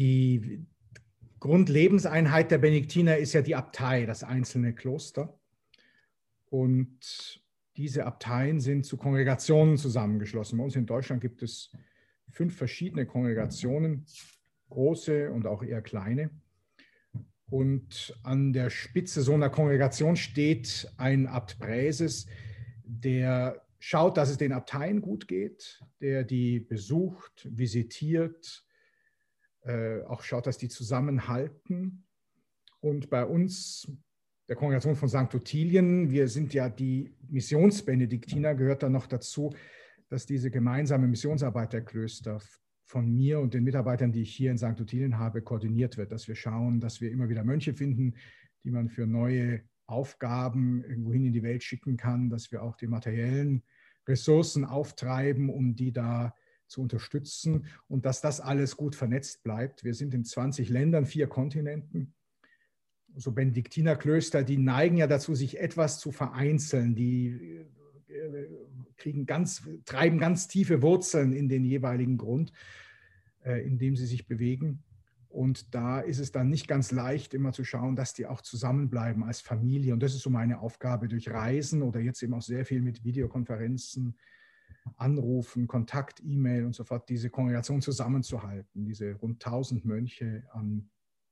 Die Grundlebenseinheit der Benediktiner ist ja die Abtei, das einzelne Kloster. Und diese Abteien sind zu Kongregationen zusammengeschlossen. Bei uns in Deutschland gibt es 5 verschiedene Kongregationen, große und auch eher kleine. Und an der Spitze so einer Kongregation steht ein Abt Präses, der schaut, dass es den Abteien gut geht, der die besucht, visitiert, auch schaut, dass die zusammenhalten. Und bei uns, der Kongregation von St. Ottilien, wir sind ja die Missionsbenediktiner, gehört da noch dazu, dass diese gemeinsame Missionsarbeit der Klöster von mir und den Mitarbeitern, die ich hier in St. Ottilien habe, koordiniert wird, dass wir schauen, dass wir immer wieder Mönche finden, die man für neue Aufgaben irgendwohin in die Welt schicken kann, dass wir auch die materiellen Ressourcen auftreiben, um die da zu unterstützen und dass das alles gut vernetzt bleibt. Wir sind in 20 Ländern, 4 Kontinenten. So Benediktinerklöster, die neigen ja dazu, sich etwas zu vereinzeln, die treiben ganz tiefe Wurzeln in den jeweiligen Grund, in dem sie sich bewegen. Und da ist es dann nicht ganz leicht, immer zu schauen, dass die auch zusammenbleiben als Familie. Und das ist so meine Aufgabe durch Reisen oder jetzt eben auch sehr viel mit Videokonferenzen, Anrufen, Kontakt, E-Mail und so fort, diese Kongregation zusammenzuhalten. Diese rund 1000 Mönche an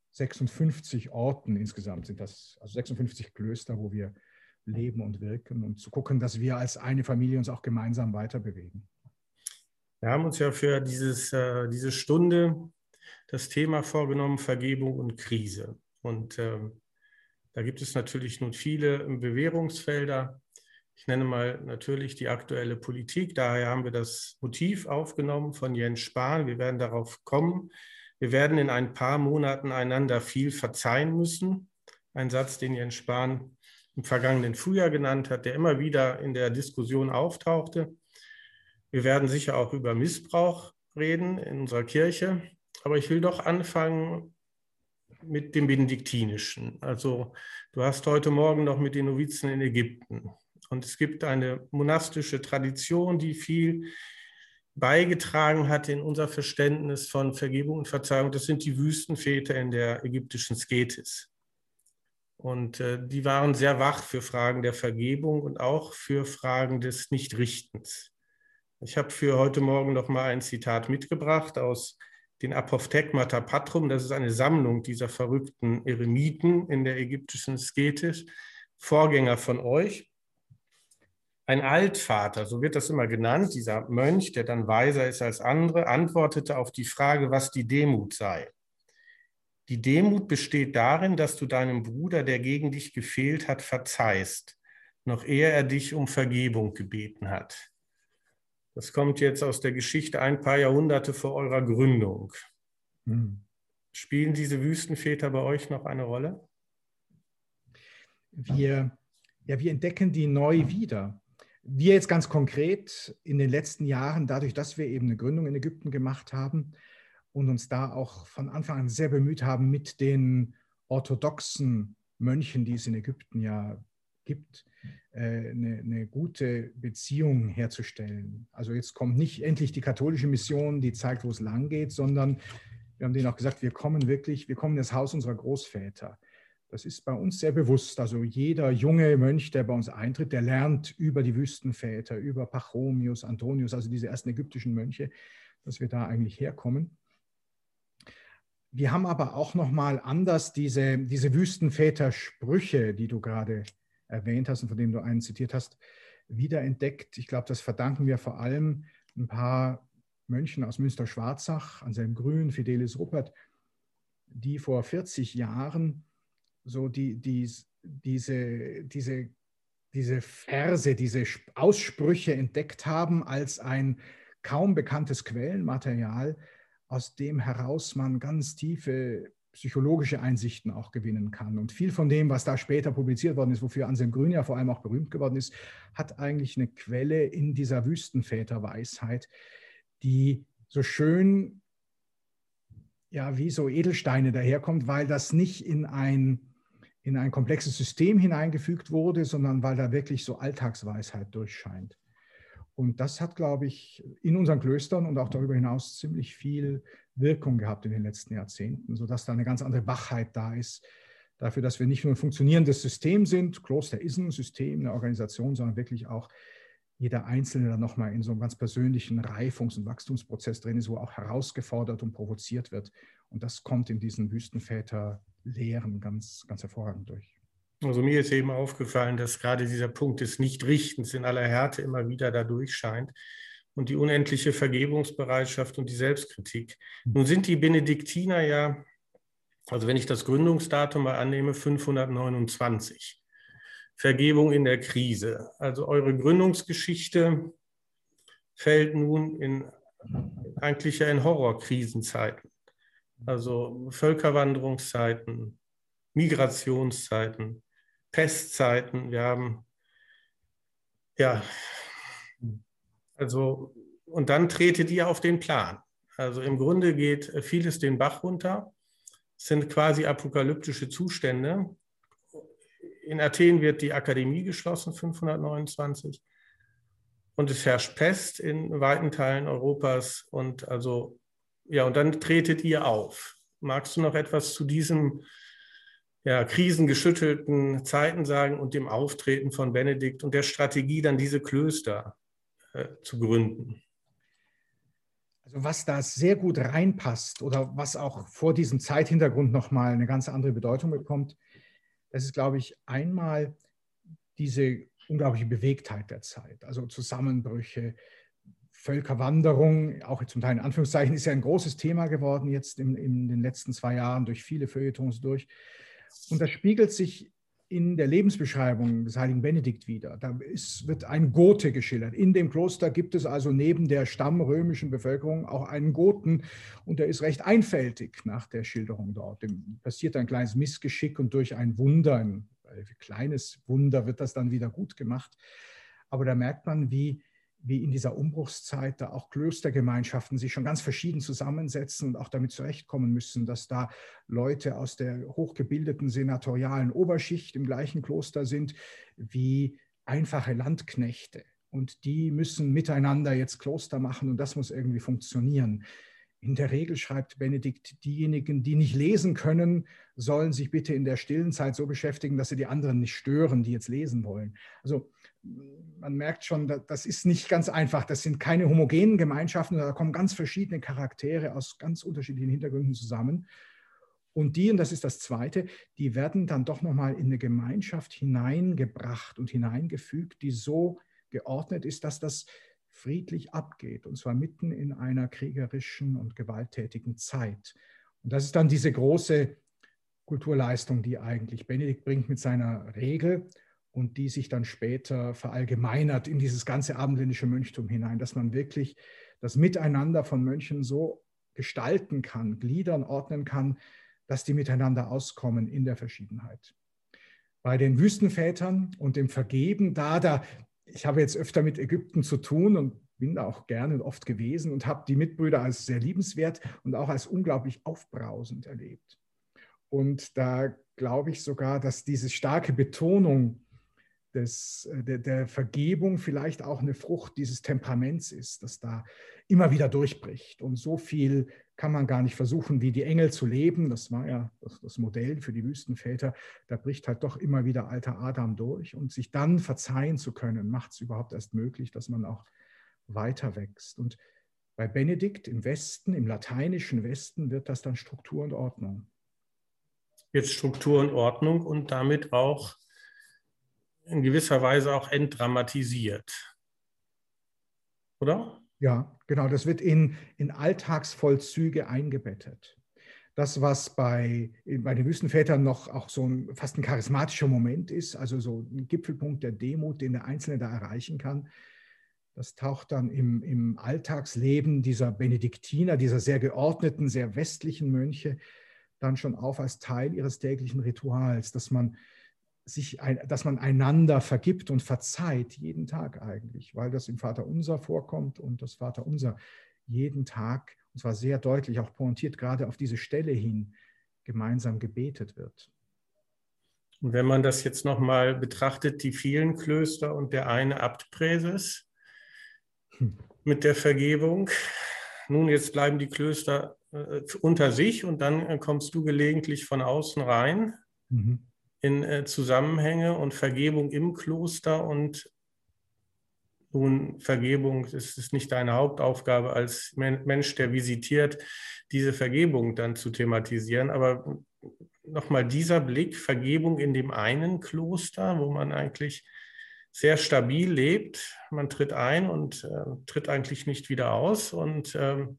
56 Orten insgesamt sind das, also 56 Klöster, wo wir leben und wirken und zu gucken, dass wir als eine Familie uns auch gemeinsam weiterbewegen. Wir haben uns ja für diese Stunde das Thema vorgenommen, Vergebung und Krise. Und da gibt es natürlich nun viele Bewährungsfelder. Ich nenne mal natürlich die aktuelle Politik. Daher haben wir das Motiv aufgenommen von Jens Spahn. Wir werden darauf kommen. Wir werden in ein paar Monaten einander viel verzeihen müssen. Ein Satz, den Jens Spahn im vergangenen Frühjahr genannt hat, der immer wieder in der Diskussion auftauchte. Wir werden sicher auch über Missbrauch reden in unserer Kirche. Aber ich will doch anfangen mit dem Benediktinischen. Also du hast heute Morgen noch mit den Novizen in Ägypten. Und es gibt eine monastische Tradition, die viel beigetragen hat in unser Verständnis von Vergebung und Verzeihung. Das sind die Wüstenväter in der ägyptischen Sketis. Und die waren sehr wach für Fragen der Vergebung und auch für Fragen des Nichtrichtens. Ich habe für heute Morgen noch mal ein Zitat mitgebracht aus den Apophthegmata Patrum. Das ist eine Sammlung dieser verrückten Eremiten in der ägyptischen Sketis, Vorgänger von euch. Ein Altvater, so wird das immer genannt, dieser Mönch, der dann weiser ist als andere, antwortete auf die Frage, was die Demut sei. Die Demut besteht darin, dass du deinem Bruder, der gegen dich gefehlt hat, verzeihst, noch ehe er dich um Vergebung gebeten hat. Das kommt jetzt aus der Geschichte ein paar Jahrhunderte vor eurer Gründung. Spielen diese Wüstenväter bei euch noch eine Rolle? Wir entdecken die neu wieder. Wir jetzt ganz konkret in den letzten Jahren, dadurch, dass wir eben eine Gründung in Ägypten gemacht haben und uns da auch von Anfang an sehr bemüht haben, mit den orthodoxen Mönchen, die es in Ägypten ja gibt, eine gute Beziehung herzustellen. Also jetzt kommt nicht endlich die katholische Mission, die zeigt, wo es lang geht, sondern wir haben denen auch gesagt, wir kommen in das Haus unserer Großväter. Das ist bei uns sehr bewusst. Also jeder junge Mönch, der bei uns eintritt, der lernt über die Wüstenväter, über Pachomius, Antonius, also diese ersten ägyptischen Mönche, dass wir da eigentlich herkommen. Wir haben aber auch nochmal anders diese Wüstenväter-Sprüche, die du gerade erwähnt hast und von denen du einen zitiert hast, wiederentdeckt. Ich glaube, das verdanken wir vor allem ein paar Mönchen aus Münster-Schwarzach, Anselm Grün, Fidelis Ruppert, die vor 40 Jahren so diese Verse, diese Aussprüche entdeckt haben als ein kaum bekanntes Quellenmaterial, aus dem heraus man ganz tiefe psychologische Einsichten auch gewinnen kann. Und viel von dem, was da später publiziert worden ist, wofür Anselm Grün ja vor allem auch berühmt geworden ist, hat eigentlich eine Quelle in dieser Wüstenväterweisheit, die so schön, ja, wie so Edelsteine daherkommt, weil das nicht in ein komplexes System hineingefügt wurde, sondern weil da wirklich so Alltagsweisheit durchscheint. Und das hat, glaube ich, in unseren Klöstern und auch darüber hinaus ziemlich viel Wirkung gehabt in den letzten Jahrzehnten, sodass da eine ganz andere Wachheit da ist, dafür, dass wir nicht nur ein funktionierendes System sind, Kloster ist ein System, eine Organisation, sondern wirklich auch jeder Einzelne dann nochmal in so einem ganz persönlichen Reifungs- und Wachstumsprozess drin ist, wo auch herausgefordert und provoziert wird. Und das kommt in diesen Wüstenväter-Lehren ganz, ganz hervorragend durch. Also mir ist eben aufgefallen, dass gerade dieser Punkt des Nichtrichtens in aller Härte immer wieder da durchscheint und die unendliche Vergebungsbereitschaft und die Selbstkritik. Nun sind die Benediktiner ja, also wenn ich das Gründungsdatum mal annehme, 529. Vergebung in der Krise. Also eure Gründungsgeschichte fällt nun eigentlich ja in Horrorkrisenzeiten. Also Völkerwanderungszeiten, Migrationszeiten, Pestzeiten. Wir haben, ja, also, und dann tretet ihr auf den Plan. Also im Grunde geht vieles den Bach runter. Es sind quasi apokalyptische Zustände. In Athen wird die Akademie geschlossen, 529. Und es herrscht Pest in weiten Teilen Europas. Und also, ja, und dann tretet ihr auf. Magst du noch etwas zu diesen krisengeschüttelten Zeiten sagen und dem Auftreten von Benedikt und der Strategie, dann diese Klöster zu gründen? Also was da sehr gut reinpasst oder was auch vor diesem Zeithintergrund nochmal eine ganz andere Bedeutung bekommt, das ist, glaube ich, einmal diese unglaubliche Bewegtheit der Zeit, also Zusammenbrüche, Völkerwanderung, auch zum Teil in Anführungszeichen, ist ja ein großes Thema geworden jetzt in den letzten 2 Jahren durch viele Feuilletons durch. Und das spiegelt sich in der Lebensbeschreibung des heiligen Benedikt wieder. Wird ein Gote geschildert. In dem Kloster gibt es also neben der stammrömischen Bevölkerung auch einen Goten und der ist recht einfältig nach der Schilderung dort. Dem passiert ein kleines Missgeschick und durch ein Wunder, ein kleines Wunder wird das dann wieder gut gemacht. Aber da merkt man, wie in dieser Umbruchszeit da auch Klöstergemeinschaften sich schon ganz verschieden zusammensetzen und auch damit zurechtkommen müssen, dass da Leute aus der hochgebildeten senatorialen Oberschicht im gleichen Kloster sind wie einfache Landknechte. Und die müssen miteinander jetzt Kloster machen und das muss irgendwie funktionieren. In der Regel schreibt Benedikt, diejenigen, die nicht lesen können, sollen sich bitte in der stillen Zeit so beschäftigen, dass sie die anderen nicht stören, die jetzt lesen wollen. Also man merkt schon, das ist nicht ganz einfach. Das sind keine homogenen Gemeinschaften, da kommen ganz verschiedene Charaktere aus ganz unterschiedlichen Hintergründen zusammen. Und die, und das ist das Zweite, die werden dann doch nochmal in eine Gemeinschaft hineingebracht und hineingefügt, die so geordnet ist, dass das friedlich abgeht, und zwar mitten in einer kriegerischen und gewalttätigen Zeit. Und das ist dann diese große Kulturleistung, die eigentlich Benedikt bringt mit seiner Regel und die sich dann später verallgemeinert in dieses ganze abendländische Mönchtum hinein, dass man wirklich das Miteinander von Mönchen so gestalten kann, gliedern, ordnen kann, dass die miteinander auskommen in der Verschiedenheit. Bei den Wüstenvätern und dem Vergeben, ich habe jetzt öfter mit Ägypten zu tun und bin da auch gerne und oft gewesen und habe die Mitbrüder als sehr liebenswert und auch als unglaublich aufbrausend erlebt. Und da glaube ich sogar, dass diese starke Betonung der Vergebung vielleicht auch eine Frucht dieses Temperaments ist, das da immer wieder durchbricht. Und so viel kann man gar nicht versuchen, wie die Engel zu leben. Das war ja das Modell für die Wüstenväter. Da bricht halt doch immer wieder alter Adam durch. Und sich dann verzeihen zu können, macht es überhaupt erst möglich, dass man auch weiter wächst. Und bei Benedikt im Westen, im lateinischen Westen, wird das dann Struktur und Ordnung. Jetzt Struktur und Ordnung und damit auch in gewisser Weise auch entdramatisiert. Oder? Ja, genau. Das wird in Alltagsvollzüge eingebettet. Das, was bei den Wüstenvätern noch auch fast ein charismatischer Moment ist, also so ein Gipfelpunkt der Demut, den der Einzelne da erreichen kann, das taucht dann im Alltagsleben dieser Benediktiner, dieser sehr geordneten, sehr westlichen Mönche dann schon auf als Teil ihres täglichen Rituals, dass man einander vergibt und verzeiht, jeden Tag eigentlich, weil das im Vaterunser vorkommt und das Vaterunser jeden Tag, und zwar sehr deutlich, auch pointiert gerade auf diese Stelle hin, gemeinsam gebetet wird. Und wenn man das jetzt nochmal betrachtet, die vielen Klöster und der eine Abtpräses, mit der Vergebung. Nun, jetzt bleiben die Klöster unter sich und dann kommst du gelegentlich von außen rein in Zusammenhänge und Vergebung im Kloster. Und nun, Vergebung ist nicht deine Hauptaufgabe als Mensch, der visitiert, diese Vergebung dann zu thematisieren. Aber nochmal dieser Blick, Vergebung in dem einen Kloster, wo man eigentlich sehr stabil lebt. Man tritt ein und tritt eigentlich nicht wieder aus. Und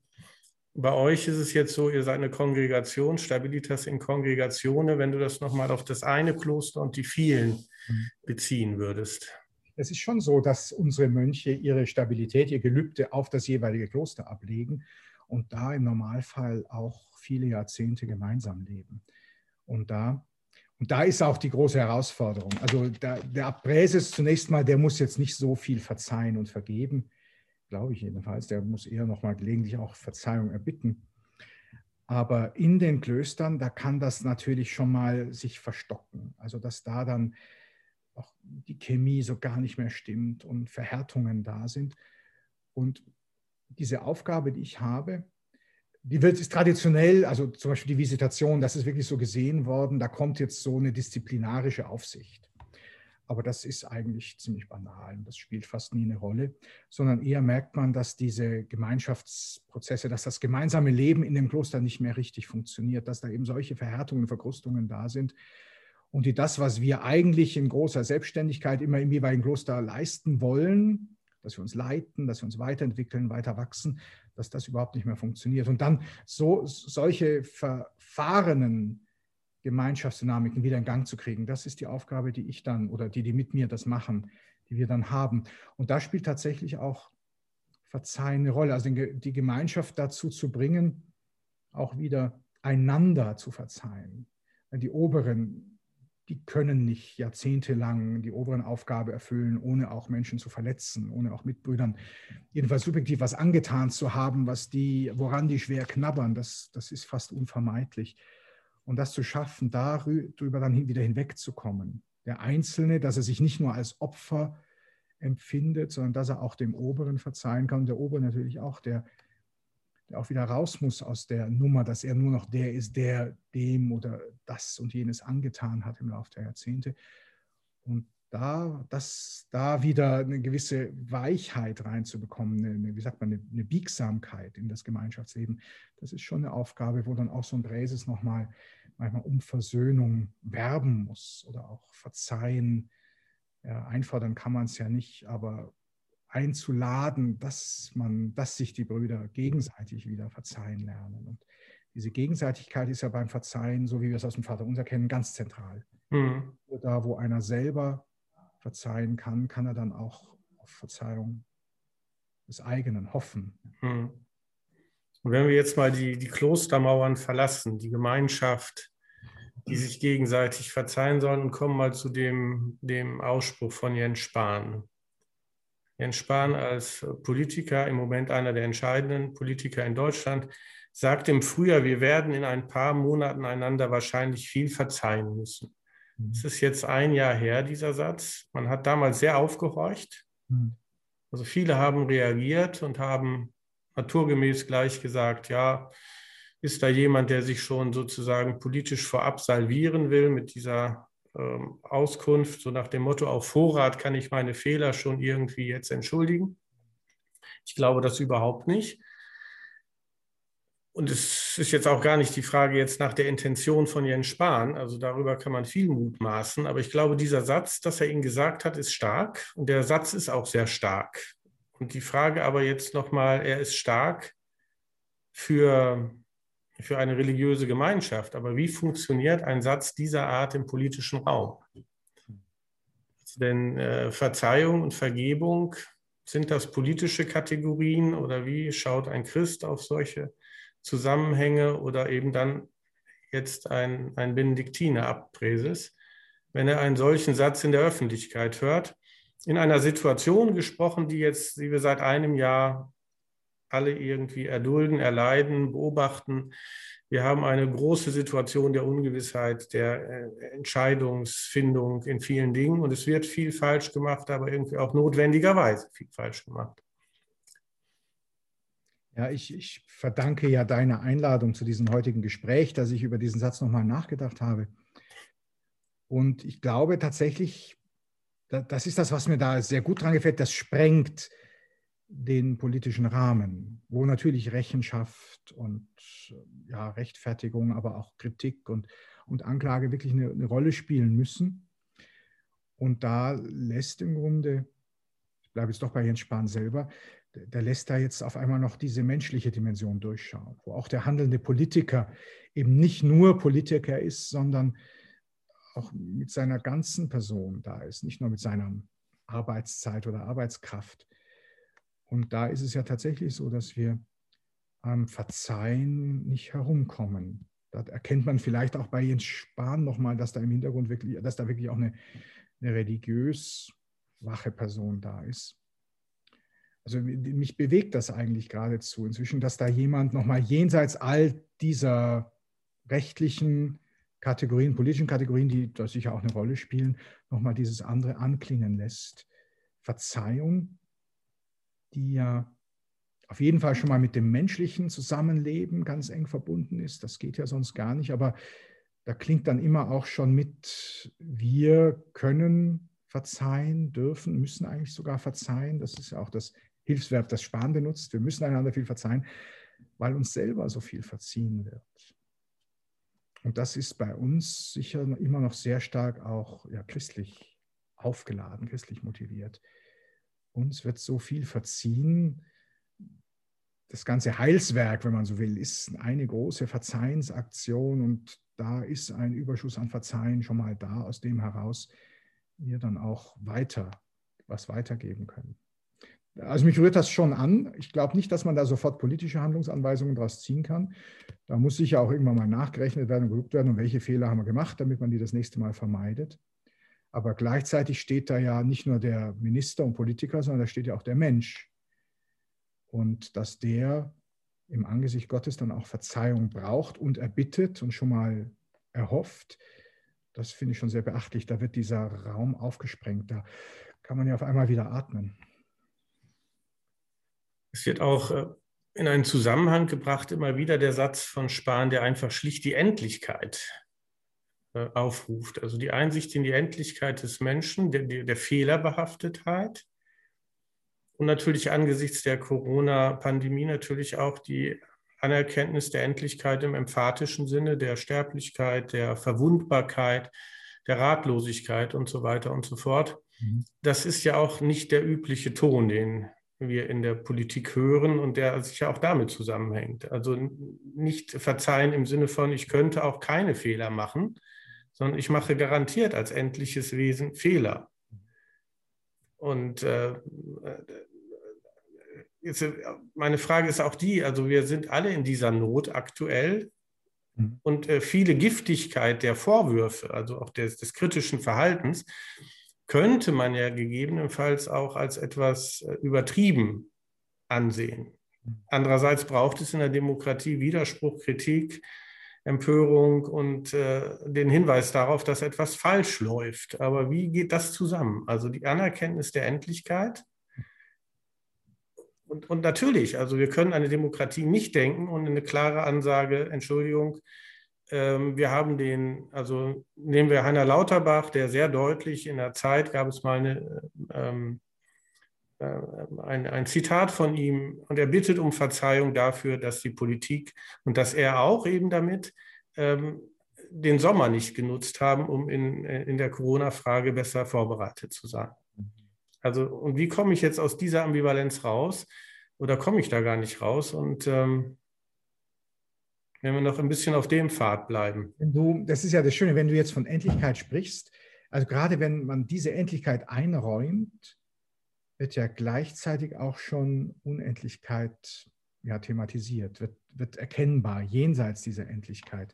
bei euch ist es jetzt so, ihr seid eine Kongregation, Stabilitas in Congregatione, wenn du das nochmal auf das eine Kloster und die vielen beziehen würdest. Es ist schon so, dass unsere Mönche ihre Stabilität, ihr Gelübde auf das jeweilige Kloster ablegen und da im Normalfall auch viele Jahrzehnte gemeinsam leben. Und da ist auch die große Herausforderung. Also der Abpräses zunächst mal, der muss jetzt nicht so viel verzeihen und vergeben, glaube ich jedenfalls. Der muss eher noch mal gelegentlich auch Verzeihung erbitten. Aber in den Klöstern, da kann das natürlich schon mal sich verstocken. Also dass da dann auch die Chemie so gar nicht mehr stimmt und Verhärtungen da sind. Und diese Aufgabe, die ich habe, ist traditionell, also zum Beispiel die Visitation, das ist wirklich so gesehen worden, da kommt jetzt so eine disziplinarische Aufsicht. Aber das ist eigentlich ziemlich banal und das spielt fast nie eine Rolle, sondern eher merkt man, dass diese Gemeinschaftsprozesse, dass das gemeinsame Leben in dem Kloster nicht mehr richtig funktioniert, dass da eben solche Verhärtungen, Verkrustungen da sind und die das, was wir eigentlich in großer Selbstständigkeit immer im jeweiligen Kloster leisten wollen, dass wir uns leiten, dass wir uns weiterentwickeln, weiter wachsen, dass das überhaupt nicht mehr funktioniert. Und dann solche verfahrenen Gemeinschaftsdynamiken wieder in Gang zu kriegen, das ist die Aufgabe, die ich dann oder die mit mir das machen, die wir dann haben. Und da spielt tatsächlich auch Verzeihen eine Rolle, also die Gemeinschaft dazu zu bringen, auch wieder einander zu verzeihen. Die Oberen, die können nicht jahrzehntelang die oberen Aufgabe erfüllen, ohne auch Menschen zu verletzen, ohne auch Mitbrüdern jedenfalls subjektiv was angetan zu haben, woran die schwer knabbern. Das ist fast unvermeidlich. Und das zu schaffen, darüber dann wieder hinwegzukommen. Der Einzelne, dass er sich nicht nur als Opfer empfindet, sondern dass er auch dem Oberen verzeihen kann. Und der Obere natürlich auch, der auch wieder raus muss aus der Nummer, dass er nur noch der ist, der dem oder das und jenes angetan hat im Laufe der Jahrzehnte. Und da wieder eine gewisse Weichheit reinzubekommen, wie sagt man, eine Biegsamkeit in das Gemeinschaftsleben, das ist schon eine Aufgabe, wo dann auch so ein Präses nochmal manchmal um Versöhnung werben muss oder auch verzeihen. Ja, einfordern kann man es ja nicht, aber einzuladen, dass sich die Brüder gegenseitig wieder verzeihen lernen. Und diese Gegenseitigkeit ist ja beim Verzeihen, so wie wir es aus dem Vaterunser kennen, ganz zentral. Da, wo einer selber verzeihen kann, kann er dann auch auf Verzeihung des eigenen hoffen. Und wenn wir jetzt mal die Klostermauern verlassen, die Gemeinschaft, die sich gegenseitig verzeihen sollen, und kommen mal zu dem Ausspruch von Jens Spahn. Jens Spahn als Politiker, im Moment einer der entscheidenden Politiker in Deutschland, sagt im Frühjahr, wir werden in ein paar Monaten einander wahrscheinlich viel verzeihen müssen. Es ist jetzt ein Jahr her, dieser Satz. Man hat damals sehr aufgehorcht. Also viele haben reagiert und haben naturgemäß gleich gesagt, ja, ist da jemand, der sich schon sozusagen politisch vorab salvieren will mit dieser Auskunft, so nach dem Motto, auf Vorrat kann ich meine Fehler schon irgendwie jetzt entschuldigen. Ich glaube das überhaupt nicht. Und es ist jetzt auch gar nicht die Frage jetzt nach der Intention von Jens Spahn, also darüber kann man viel mutmaßen, aber ich glaube, dieser Satz, dass er ihn gesagt hat, ist stark und der Satz ist auch sehr stark. Und die Frage aber jetzt nochmal, er ist stark für eine religiöse Gemeinschaft, aber wie funktioniert ein Satz dieser Art im politischen Raum? Denn Verzeihung und Vergebung, sind das politische Kategorien oder wie schaut ein Christ auf solche Zusammenhänge oder eben dann jetzt ein Benediktiner Abpräses, wenn er einen solchen Satz in der Öffentlichkeit hört, in einer Situation gesprochen, die wir seit einem Jahr alle irgendwie erdulden, erleiden, beobachten. Wir haben eine große Situation der Ungewissheit, der Entscheidungsfindung in vielen Dingen und es wird viel falsch gemacht, aber irgendwie auch notwendigerweise viel falsch gemacht. Ja, ich verdanke ja deiner Einladung zu diesem heutigen Gespräch, dass ich über diesen Satz nochmal nachgedacht habe. Und ich glaube tatsächlich, das ist das, was mir da sehr gut dran gefällt, das sprengt den politischen Rahmen, wo natürlich Rechenschaft und ja, Rechtfertigung, aber auch Kritik und Anklage wirklich eine Rolle spielen müssen. Und da lässt im Grunde, ich bleibe jetzt doch bei Jens Spahn selber, der lässt da jetzt auf einmal noch diese menschliche Dimension durchschauen, wo auch der handelnde Politiker eben nicht nur Politiker ist, sondern auch mit seiner ganzen Person da ist, nicht nur mit seiner Arbeitszeit oder Arbeitskraft. Und da ist es ja tatsächlich so, dass wir am Verzeihen nicht herumkommen. Da erkennt man vielleicht auch bei Jens Spahn nochmal, dass da im Hintergrund wirklich, dass da wirklich auch eine religiös wache Person da ist. Also mich bewegt das eigentlich geradezu inzwischen, dass da jemand nochmal jenseits all dieser rechtlichen Kategorien, politischen Kategorien, die da sicher auch eine Rolle spielen, nochmal dieses andere anklingen lässt. Verzeihung, die ja auf jeden Fall schon mal mit dem menschlichen Zusammenleben ganz eng verbunden ist. Das geht ja sonst gar nicht, aber da klingt dann immer auch schon mit, wir können verzeihen, dürfen, müssen eigentlich sogar verzeihen. Das ist ja auch das Hilfsverb, das Spahn benutzt. Wir müssen einander viel verzeihen, weil uns selber so viel verziehen wird. Und das ist bei uns sicher immer noch sehr stark auch ja, christlich aufgeladen, christlich motiviert. Uns wird so viel verziehen. Das ganze Heilswerk, wenn man so will, ist eine große Verzeihensaktion und da ist ein Überschuss an Verzeihen schon mal da, aus dem heraus wir dann auch was weitergeben können. Also mich rührt das schon an. Ich glaube nicht, dass man da sofort politische Handlungsanweisungen daraus ziehen kann. Da muss sicher auch irgendwann mal nachgerechnet werden und geguckt werden, und welche Fehler haben wir gemacht, damit man die das nächste Mal vermeidet. Aber gleichzeitig steht da ja nicht nur der Minister und Politiker, sondern da steht ja auch der Mensch. Und dass der im Angesicht Gottes dann auch Verzeihung braucht und erbittet und schon mal erhofft, das finde ich schon sehr beachtlich. Da wird dieser Raum aufgesprengt. Da kann man ja auf einmal wieder atmen. Es wird auch in einen Zusammenhang gebracht, immer wieder der Satz von Spahn, der einfach schlicht die Endlichkeit aufruft. Also die Einsicht in die Endlichkeit des Menschen, der Fehlerbehaftetheit und natürlich angesichts der Corona-Pandemie natürlich auch die Anerkenntnis der Endlichkeit im emphatischen Sinne, der Sterblichkeit, der Verwundbarkeit, der Ratlosigkeit und so weiter und so fort. Das ist ja auch nicht der übliche Ton, den wir in der Politik hören und der sich ja auch damit zusammenhängt. Also nicht verzeihen im Sinne von, ich könnte auch keine Fehler machen, sondern ich mache garantiert als endliches Wesen Fehler. Und jetzt, meine Frage ist auch die, also wir sind alle in dieser Not aktuell und viele Giftigkeit der Vorwürfe, also auch des kritischen Verhaltens, könnte man ja gegebenenfalls auch als etwas übertrieben ansehen. Andererseits braucht es in der Demokratie Widerspruch, Kritik, Empörung und den Hinweis darauf, dass etwas falsch läuft. Aber wie geht das zusammen? Also die Anerkenntnis der Endlichkeit und natürlich, also wir können eine Demokratie nicht denken und eine klare Ansage, Entschuldigung, wir haben also nehmen wir Heiner Lauterbach, der sehr deutlich in der Zeit, gab es mal ein Zitat von ihm und er bittet um Verzeihung dafür, dass die Politik und dass er auch eben damit den Sommer nicht genutzt haben, um in der Corona-Frage besser vorbereitet zu sein. Also, und wie komme ich jetzt aus dieser Ambivalenz raus? Oder komme ich da gar nicht raus? Und wenn wir noch ein bisschen auf dem Pfad bleiben. Das ist ja das Schöne, wenn du jetzt von Endlichkeit sprichst, also gerade wenn man diese Endlichkeit einräumt, wird ja gleichzeitig auch schon Unendlichkeit ja, thematisiert, wird erkennbar jenseits dieser Endlichkeit.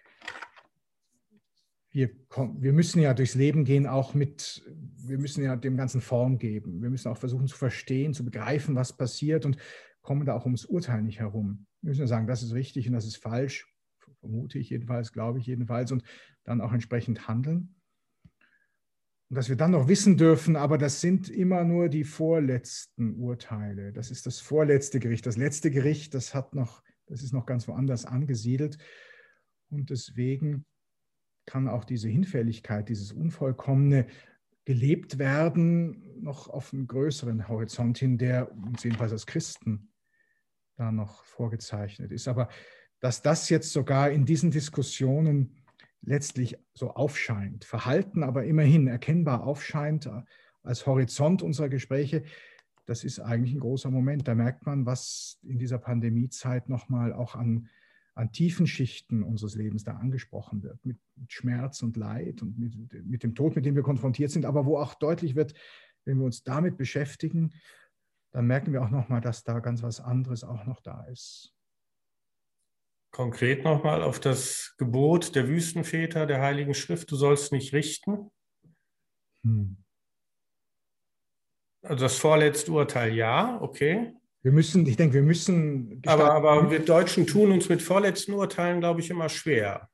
Wir müssen ja durchs Leben gehen, wir müssen ja dem Ganzen Form geben. Wir müssen auch versuchen zu verstehen, zu begreifen, was passiert und kommen da auch ums Urteil nicht herum. Wir müssen ja sagen, das ist richtig und das ist falsch, vermute ich jedenfalls, glaube ich jedenfalls, und dann auch entsprechend handeln. Und dass wir dann noch wissen dürfen, aber das sind immer nur die vorletzten Urteile. Das ist das vorletzte Gericht. Das letzte Gericht, das ist noch ganz woanders angesiedelt. Und deswegen kann auch diese Hinfälligkeit, dieses Unvollkommene gelebt werden, noch auf einen größeren Horizont hin, der uns jedenfalls als Christen da noch vorgezeichnet ist. Aber dass das jetzt sogar in diesen Diskussionen letztlich so aufscheint, Verhalten aber immerhin erkennbar aufscheint als Horizont unserer Gespräche, das ist eigentlich ein großer Moment. Da merkt man, was in dieser Pandemiezeit nochmal auch an tiefen Schichten unseres Lebens da angesprochen wird, mit Schmerz und Leid und mit dem Tod, mit dem wir konfrontiert sind, aber wo auch deutlich wird, wenn wir uns damit beschäftigen, dann merken wir auch nochmal, dass da ganz was anderes auch noch da ist. Konkret nochmal auf das Gebot der Wüstenväter der Heiligen Schrift, du sollst nicht richten. Also das vorletzte Urteil, ja, okay. Ich denke, wir müssen... Aber wir Deutschen tun uns mit vorletzten Urteilen, glaube ich, immer schwer.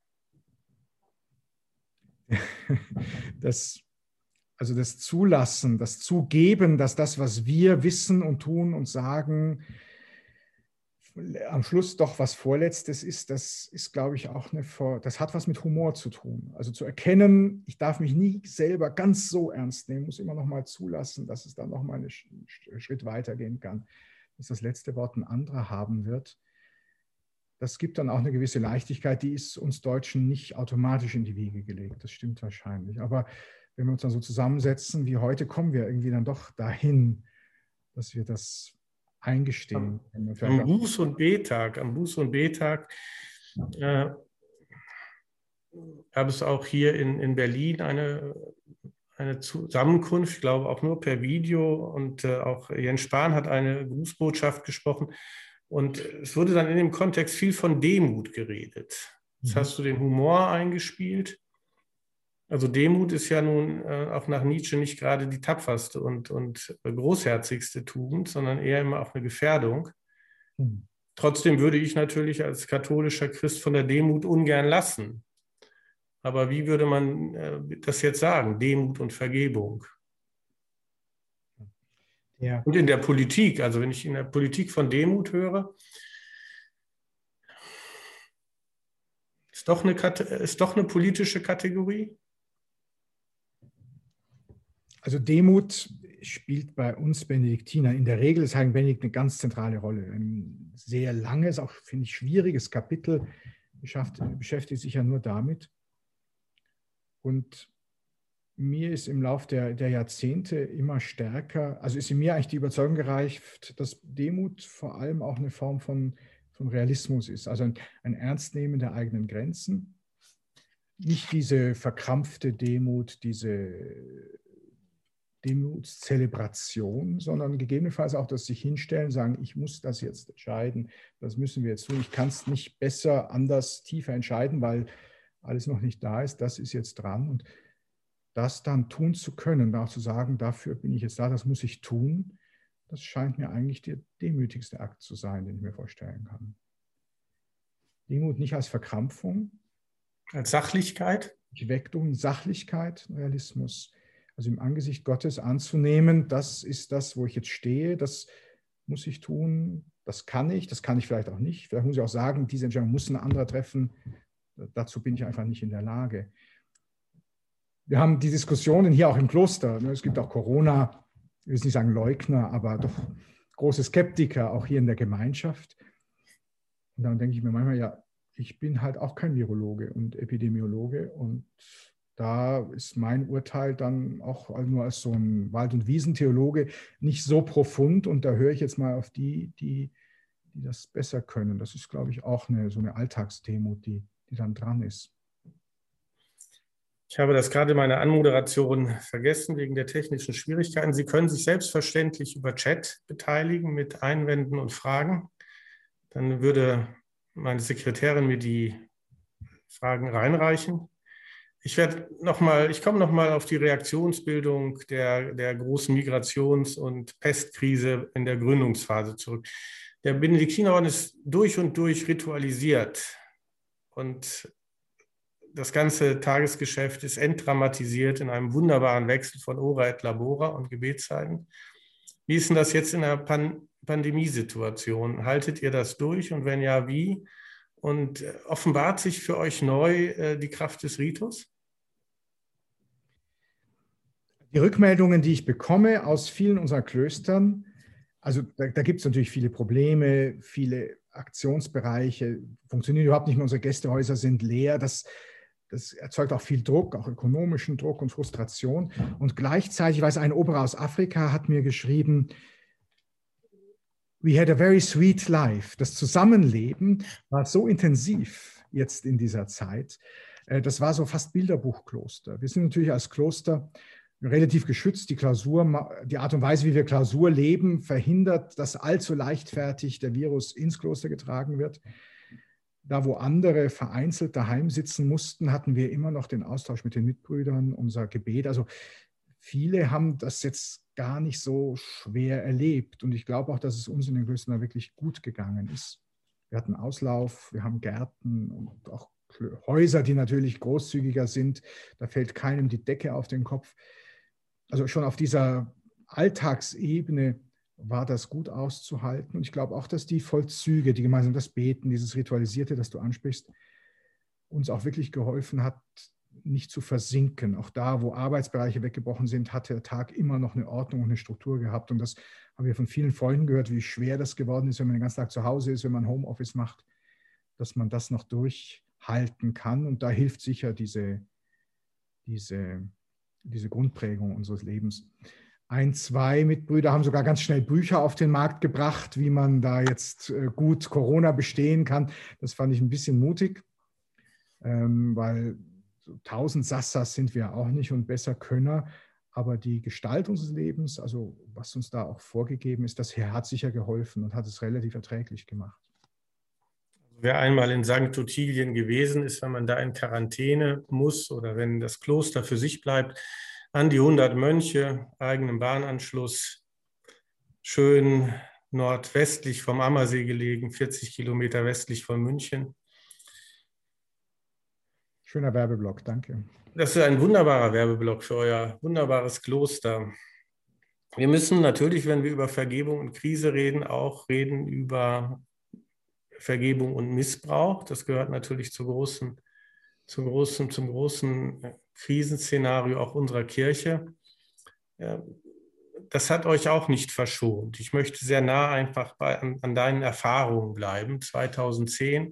das Zulassen, das Zugeben, dass das, was wir wissen und tun und sagen, am Schluss doch was Vorletztes ist, das ist, glaube ich, auch das hat was mit Humor zu tun. Also zu erkennen, ich darf mich nie selber ganz so ernst nehmen, muss immer noch mal zulassen, dass es dann noch mal einen Schritt weitergehen kann, dass das letzte Wort ein anderer haben wird. Das gibt dann auch eine gewisse Leichtigkeit, die ist uns Deutschen nicht automatisch in die Wiege gelegt. Das stimmt wahrscheinlich. Aber wenn wir uns dann so zusammensetzen wie heute, kommen wir irgendwie dann doch dahin, dass wir das eingestehen. Am Buß- und Betag gab es auch hier in Berlin eine Zusammenkunft, ich glaube auch nur per Video, und auch Jens Spahn hat eine Grußbotschaft gesprochen. Und es wurde dann in dem Kontext viel von Demut geredet. Jetzt hast du den Humor eingespielt. Also Demut ist ja nun auch nach Nietzsche nicht gerade die tapferste und großherzigste Tugend, sondern eher immer auch eine Gefährdung. Trotzdem würde ich natürlich als katholischer Christ von der Demut ungern lassen. Aber wie würde man das jetzt sagen? Demut und Vergebung. Ja. Und in der Politik, also wenn ich in der Politik von Demut höre, ist doch eine politische Kategorie? Also Demut spielt bei uns Benediktinern in der Regel, ist Heiligen Benedikt eine ganz zentrale Rolle. Ein sehr langes, auch finde ich schwieriges Kapitel beschäftigt sich ja nur damit. Und mir ist im Laufe der Jahrzehnte immer stärker, also ist in mir eigentlich die Überzeugung gereift, dass Demut vor allem auch eine Form von Realismus ist, also ein Ernstnehmen der eigenen Grenzen. Nicht diese verkrampfte Demut, diese Demutszelebration, sondern gegebenenfalls auch das sich hinstellen, sagen, ich muss das jetzt entscheiden, das müssen wir jetzt tun, ich kann es nicht besser, anders, tiefer entscheiden, weil alles noch nicht da ist, das ist jetzt dran. Und das dann tun zu können, auch zu sagen, dafür bin ich jetzt da, das muss ich tun, das scheint mir eigentlich der demütigste Akt zu sein, den ich mir vorstellen kann. Demut nicht als Verkrampfung. Als Sachlichkeit? Wegtun, Sachlichkeit, Realismus. Also im Angesicht Gottes anzunehmen, das ist das, wo ich jetzt stehe, das muss ich tun, das kann ich vielleicht auch nicht. Vielleicht muss ich auch sagen, diese Entscheidung muss ein anderer treffen, dazu bin ich einfach nicht in der Lage. Wir haben die Diskussionen hier auch im Kloster, es gibt auch Corona, ich will nicht sagen Leugner, aber doch große Skeptiker, auch hier in der Gemeinschaft. Und dann denke ich mir manchmal, ja, ich bin halt auch kein Virologe und Epidemiologe und da ist mein Urteil dann auch nur als so ein Wald- und Wiesentheologe nicht so profund und da höre ich jetzt mal auf die das besser können. Das ist, glaube ich, auch so eine Alltagsdemut, die dann dran ist. Ich habe das gerade in meiner Anmoderation vergessen wegen der technischen Schwierigkeiten. Sie können sich selbstverständlich über Chat beteiligen mit Einwänden und Fragen. Dann würde meine Sekretärin mir die Fragen reinreichen. Ich komme nochmal auf die Reaktionsbildung der großen Migrations- und Pestkrise in der Gründungsphase zurück. Der Benediktinerorden ist durch und durch ritualisiert. Und das ganze Tagesgeschäft ist entdramatisiert in einem wunderbaren Wechsel von Ora et Labora und Gebetszeiten. Wie ist denn das jetzt in der Pandemiesituation? Haltet ihr das durch und wenn ja, wie? Und offenbart sich für euch neu die Kraft des Ritus? Die Rückmeldungen, die ich bekomme aus vielen unserer Klöstern, also da gibt es natürlich viele Probleme, viele Aktionsbereiche, funktionieren überhaupt nicht mehr, unsere Gästehäuser sind leer, das erzeugt auch viel Druck, auch ökonomischen Druck und Frustration. Und gleichzeitig, ich weiß, ein Oberer aus Afrika hat mir geschrieben, we had a very sweet life. Das Zusammenleben war so intensiv jetzt in dieser Zeit. Das war so fast Bilderbuchkloster. Wir sind natürlich als Kloster relativ geschützt. Die Klausur, die Art und Weise, wie wir Klausur leben, verhindert, dass allzu leichtfertig der Virus ins Kloster getragen wird. Da, wo andere vereinzelt daheim sitzen mussten, hatten wir immer noch den Austausch mit den Mitbrüdern, unser Gebet. Also viele haben das jetzt gar nicht so schwer erlebt. Und ich glaube auch, dass es uns in den Klöstern wirklich gut gegangen ist. Wir hatten Auslauf, wir haben Gärten und auch Häuser, die natürlich großzügiger sind. Da fällt keinem die Decke auf den Kopf. Also schon auf dieser Alltagsebene war das gut auszuhalten. Und ich glaube auch, dass die Vollzüge, die gemeinsam das Beten, dieses Ritualisierte, das du ansprichst, uns auch wirklich geholfen hat, nicht zu versinken. Auch da, wo Arbeitsbereiche weggebrochen sind, hat der Tag immer noch eine Ordnung und eine Struktur gehabt. Und das haben wir von vielen Freunden gehört, wie schwer das geworden ist, wenn man den ganzen Tag zu Hause ist, wenn man Homeoffice macht, dass man das noch durchhalten kann. Und da hilft sicher diese Grundprägung unseres Lebens. Ein, zwei Mitbrüder haben sogar ganz schnell Bücher auf den Markt gebracht, wie man da jetzt gut Corona bestehen kann. Das fand ich ein bisschen mutig, weil so 1000 Sassas sind wir auch nicht und besser Könner. Aber die Gestalt unseres Lebens, also was uns da auch vorgegeben ist, das hat sicher geholfen und hat es relativ erträglich gemacht. Wer einmal in St. Ottilien gewesen ist, wenn man da in Quarantäne muss oder wenn das Kloster für sich bleibt, an die 100 Mönche, eigenen Bahnanschluss, schön nordwestlich vom Ammersee gelegen, 40 Kilometer westlich von München. Schöner Werbeblock, danke. Das ist ein wunderbarer Werbeblock für euer wunderbares Kloster. Wir müssen natürlich, wenn wir über Vergebung und Krise reden, auch reden über Vergebung und Missbrauch. Das gehört natürlich zum großen Krisenszenario auch unserer Kirche. Das hat euch auch nicht verschont. Ich möchte sehr nah einfach an deinen Erfahrungen bleiben. 2010,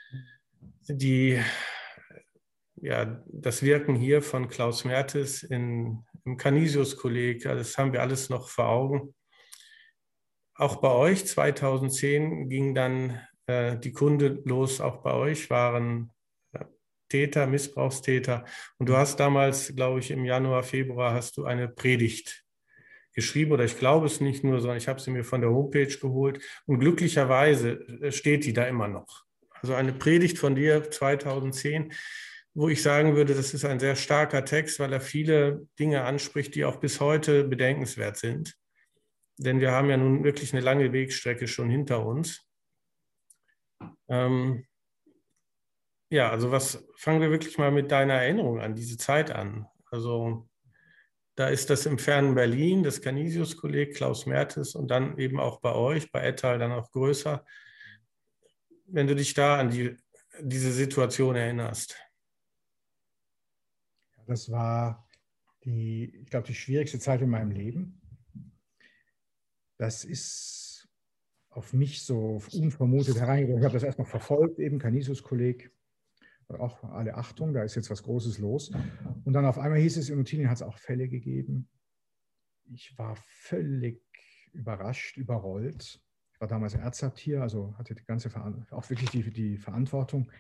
das Wirken hier von Klaus Mertes im Canisius-Kolleg, das haben wir alles noch vor Augen. Auch bei euch 2010 ging dann die Kunde los, auch bei euch waren Täter, Missbrauchstäter. Und du hast damals, glaube ich, im Januar, Februar hast du eine Predigt geschrieben, oder ich glaube es nicht nur, sondern ich habe sie mir von der Homepage geholt. Und glücklicherweise steht die da immer noch. Also eine Predigt von dir 2010, wo ich sagen würde, das ist ein sehr starker Text, weil er viele Dinge anspricht, die auch bis heute bedenkenswert sind. Denn wir haben ja nun wirklich eine lange Wegstrecke schon hinter uns. Also fangen wir wirklich mal mit deiner Erinnerung an diese Zeit an. Also da ist das im fernen Berlin, das Canisius-Kolleg, Klaus Mertes und dann eben auch bei euch, bei Ettal dann auch größer. Wenn du dich da an diese Situation erinnerst. Das war ich glaube, die schwierigste Zeit in meinem Leben. Das ist auf mich so unvermutet hereingekommen. Ich habe das erstmal verfolgt, eben Canisius-Kolleg. Auch alle Achtung, da ist jetzt was Großes los. Und dann auf einmal hieß es, in Ottilien hat es auch Fälle gegeben. Ich war völlig überrascht, überrollt. Ich war damals Erzabt hier, also hatte die ganze auch wirklich die Verantwortung.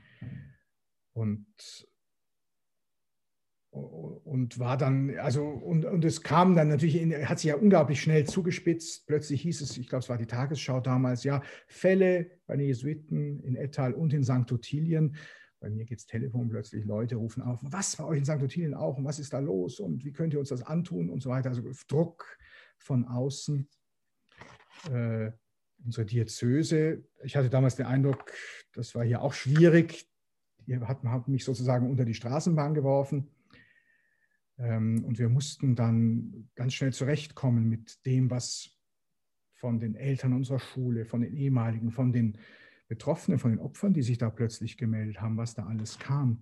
Und war dann, und es kam dann natürlich, hat sich ja unglaublich schnell zugespitzt. Plötzlich hieß es, ich glaube, es war die Tagesschau damals, ja, Fälle bei den Jesuiten in Ettal und in St. Ottilien. Bei mir geht das Telefon plötzlich, Leute rufen auf, was bei euch in St. Ottilien auch und was ist da los und wie könnt ihr uns das antun und so weiter. Also Druck von außen. Unsere Diözese, ich hatte damals den Eindruck, das war hier auch schwierig. die haben mich sozusagen unter die Straßenbahn geworfen. Und wir mussten dann ganz schnell zurechtkommen mit dem, was von den Eltern unserer Schule, von den ehemaligen, von den Betroffenen, von den Opfern, die sich da plötzlich gemeldet haben, was da alles kam.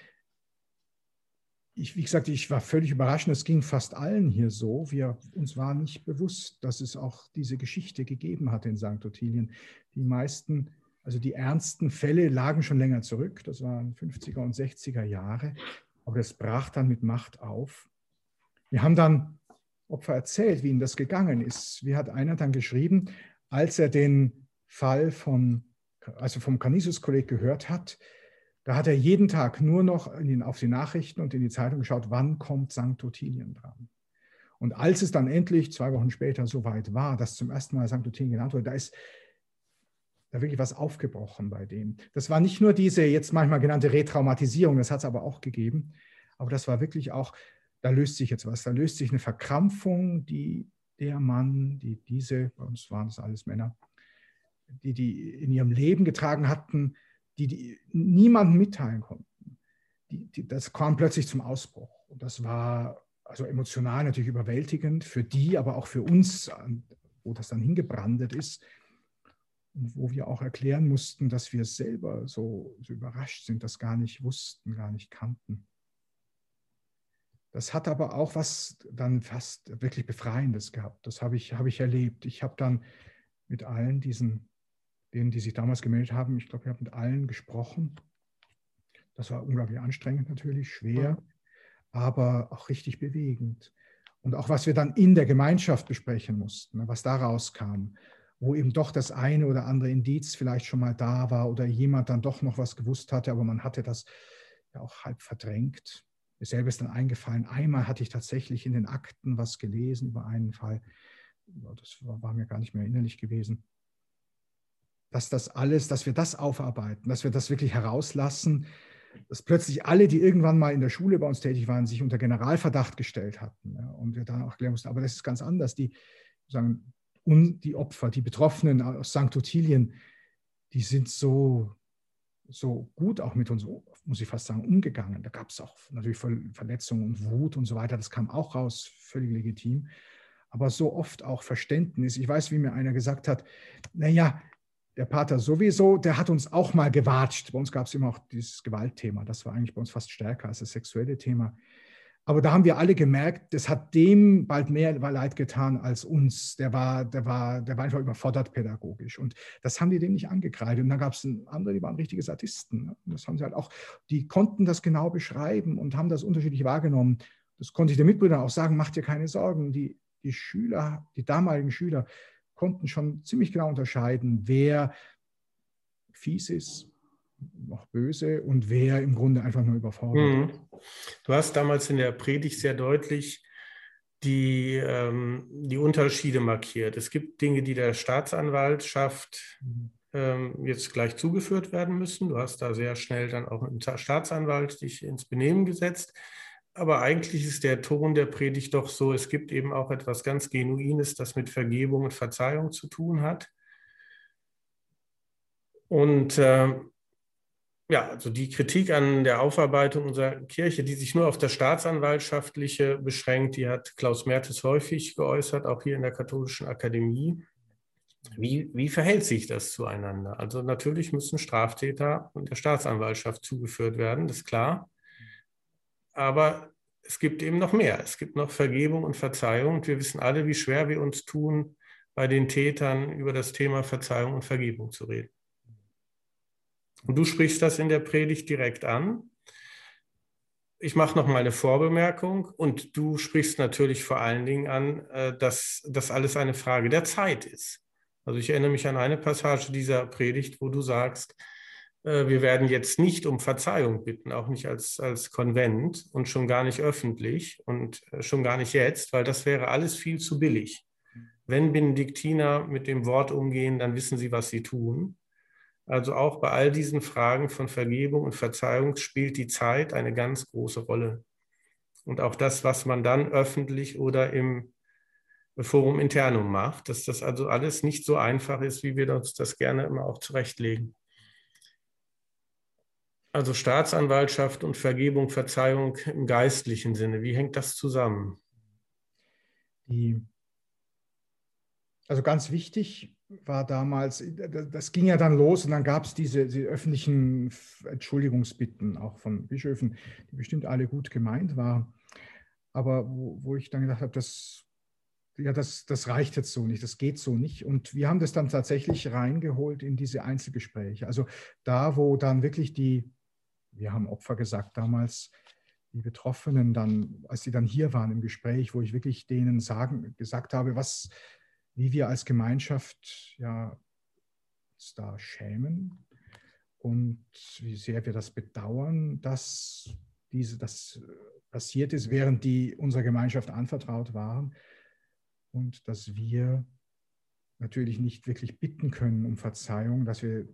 Wie gesagt, ich war völlig überrascht. Es ging fast allen hier so. Uns war nicht bewusst, dass es auch diese Geschichte gegeben hat in St. Ottilien. Die meisten, also die ernsten Fälle lagen schon länger zurück. Das waren 50er und 60er Jahre. Aber das brach dann mit Macht auf. Wir haben dann Opfer erzählt, wie ihnen das gegangen ist. Wie hat einer dann geschrieben, als er den Fall vom Canisius-Kolleg gehört hat, da hat er jeden Tag nur noch auf die Nachrichten und in die Zeitung geschaut, wann kommt St. Ottilien dran. Und als es dann endlich 2 Wochen später soweit war, dass zum ersten Mal St. Ottilien genannt wurde, da ist da wirklich was aufgebrochen bei dem. Das war nicht nur diese jetzt manchmal genannte Retraumatisierung, das hat es aber auch gegeben, aber das war wirklich auch, da löst sich jetzt was, da löst sich eine Verkrampfung, die der Mann, bei uns waren es alles Männer, die in ihrem Leben getragen hatten, die niemandem mitteilen konnten. Das kam plötzlich zum Ausbruch. Und das war also emotional natürlich überwältigend für die, aber auch für uns, wo das dann hingebrandet ist. Und wo wir auch erklären mussten, dass wir selber so überrascht sind, das gar nicht wussten, gar nicht kannten. Das hat aber auch was dann fast wirklich Befreiendes gehabt. Das habe ich erlebt. Ich habe dann mit allen denen, die sich damals gemeldet haben, ich glaube, ich habe mit allen gesprochen. Das war unglaublich anstrengend natürlich, schwer, aber auch richtig bewegend. Und auch, was wir dann in der Gemeinschaft besprechen mussten, was daraus kam, wo eben doch das eine oder andere Indiz vielleicht schon mal da war oder jemand dann doch noch was gewusst hatte, aber man hatte das ja auch halb verdrängt. Mir selber ist dann eingefallen, einmal hatte ich tatsächlich in den Akten was gelesen über einen Fall, das war mir gar nicht mehr erinnerlich gewesen, dass wir das aufarbeiten, dass wir das wirklich herauslassen, dass plötzlich alle, die irgendwann mal in der Schule bei uns tätig waren, sich unter Generalverdacht gestellt hatten. Ja, und wir dann auch klären mussten, aber das ist ganz anders. Die Opfer, die Betroffenen aus St. Ottilien, die sind so gut auch mit uns, muss ich fast sagen, umgegangen. Da gab es auch natürlich Verletzungen und Wut und so weiter. Das kam auch raus, völlig legitim. Aber so oft auch Verständnis. Ich weiß, wie mir einer gesagt hat, naja, der Pater sowieso, der hat uns auch mal gewatscht. Bei uns gab es immer auch dieses Gewaltthema. Das war eigentlich bei uns fast stärker als das sexuelle Thema. Aber da haben wir alle gemerkt, das hat dem bald mehr leid getan als uns. Der war einfach überfordert pädagogisch. Und das haben die dem nicht angekreidet. Und dann gab es andere, die waren richtige Sadisten. Und das haben sie halt auch, die konnten das genau beschreiben und haben das unterschiedlich wahrgenommen. Das konnte ich den Mitbrüdern auch sagen, macht dir keine Sorgen. Die Schüler, die damaligen Schüler, konnten schon ziemlich genau unterscheiden, wer fies ist, noch böse und wer im Grunde einfach nur überfordert. Du hast damals in der Predigt sehr deutlich die Unterschiede markiert. Es gibt Dinge, die der Staatsanwaltschaft jetzt gleich zugeführt werden müssen. Du hast da sehr schnell dann auch mit dem Staatsanwalt dich ins Benehmen gesetzt. Aber eigentlich ist der Ton der Predigt doch so, es gibt eben auch etwas ganz Genuines, das mit Vergebung und Verzeihung zu tun hat. Und also die Kritik an der Aufarbeitung unserer Kirche, die sich nur auf das Staatsanwaltschaftliche beschränkt, die hat Klaus Mertes häufig geäußert, auch hier in der Katholischen Akademie. Wie verhält sich das zueinander? Also natürlich müssen Straftäter und der Staatsanwaltschaft zugeführt werden, das ist klar. Aber es gibt eben noch mehr. Es gibt noch Vergebung und Verzeihung. Und wir wissen alle, wie schwer wir uns tun, bei den Tätern über das Thema Verzeihung und Vergebung zu reden. Und du sprichst das in der Predigt direkt an. Ich mache noch mal eine Vorbemerkung. Und du sprichst natürlich vor allen Dingen an, dass das alles eine Frage der Zeit ist. Also ich erinnere mich an eine Passage dieser Predigt, wo du sagst, wir werden jetzt nicht um Verzeihung bitten, auch nicht als Konvent und schon gar nicht öffentlich und schon gar nicht jetzt, weil das wäre alles viel zu billig. Wenn Benediktiner mit dem Wort umgehen, dann wissen sie, was sie tun. Also auch bei all diesen Fragen von Vergebung und Verzeihung spielt die Zeit eine ganz große Rolle. Und auch das, was man dann öffentlich oder im Forum Internum macht, dass das also alles nicht so einfach ist, wie wir uns das gerne immer auch zurechtlegen. Also Staatsanwaltschaft und Vergebung, Verzeihung im geistlichen Sinne. Wie hängt das zusammen? Also ganz wichtig war damals, das ging ja dann los und dann gab es diese öffentlichen Entschuldigungsbitten auch von Bischöfen, die bestimmt alle gut gemeint waren. Aber wo ich dann gedacht habe, das reicht jetzt so nicht, das geht so nicht. Und wir haben das dann tatsächlich reingeholt in diese Einzelgespräche. Also da, wo dann wirklich wir haben Opfer gesagt damals, die Betroffenen dann, als sie dann hier waren im Gespräch, wo ich wirklich denen gesagt habe, wie wir als Gemeinschaft ja uns da schämen und wie sehr wir das bedauern, dass das passiert ist, während die unserer Gemeinschaft anvertraut waren und dass wir natürlich nicht wirklich bitten können um Verzeihung, dass wir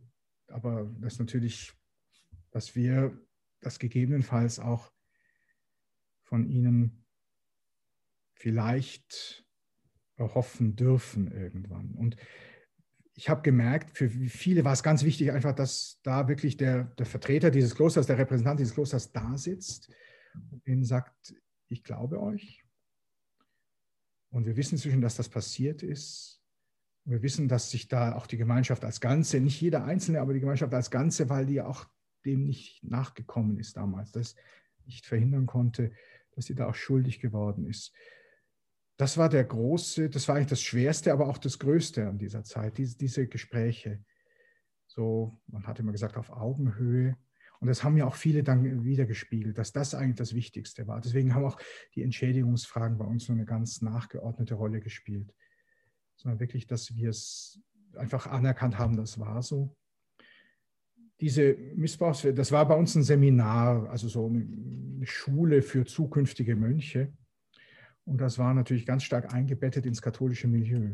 das gegebenenfalls auch von ihnen vielleicht erhoffen dürfen irgendwann. Und ich habe gemerkt, für viele war es ganz wichtig einfach, dass da wirklich der Vertreter dieses Klosters, der Repräsentant dieses Klosters da sitzt und ihnen sagt, ich glaube euch. Und wir wissen inzwischen, dass das passiert ist. Und wir wissen, dass sich da auch die Gemeinschaft als Ganze, nicht jeder Einzelne, aber die Gemeinschaft als Ganze, weil die auch dem nicht nachgekommen ist damals, das nicht verhindern konnte, dass sie da auch schuldig geworden ist. Das war das war eigentlich das Schwerste, aber auch das Größte an dieser Zeit, diese Gespräche. So, man hat immer gesagt, auf Augenhöhe. Und das haben ja auch viele dann wiedergespiegelt, dass das eigentlich das Wichtigste war. Deswegen haben auch die Entschädigungsfragen bei uns so eine ganz nachgeordnete Rolle gespielt. Sondern wirklich, dass wir es einfach anerkannt haben, das war so. Diese das war bei uns ein Seminar, also so eine Schule für zukünftige Mönche. Und das war natürlich ganz stark eingebettet ins katholische Milieu.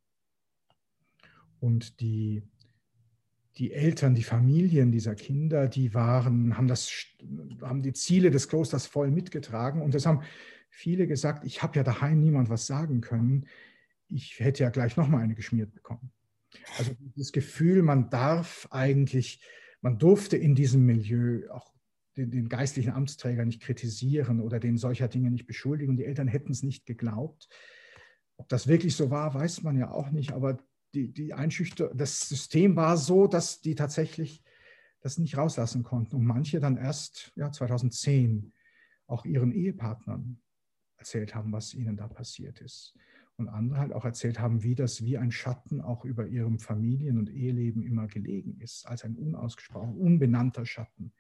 Und die Eltern, die Familien dieser Kinder, haben die Ziele des Klosters voll mitgetragen. Und das haben viele gesagt, ich habe ja daheim niemand was sagen können. Ich hätte ja gleich nochmal eine geschmiert bekommen. Also das Gefühl, man durfte in diesem Milieu auch den geistlichen Amtsträger nicht kritisieren oder den solcher Dinge nicht beschuldigen. Die Eltern hätten es nicht geglaubt. Ob das wirklich so war, weiß man ja auch nicht, aber das System war so, dass die tatsächlich das nicht rauslassen konnten und manche dann erst 2010 auch ihren Ehepartnern erzählt haben, was ihnen da passiert ist. Und andere halt auch erzählt haben, wie das wie ein Schatten auch über ihrem Familien- und Eheleben immer gelegen ist, als ein unausgesprochen, unbenannter Schatten.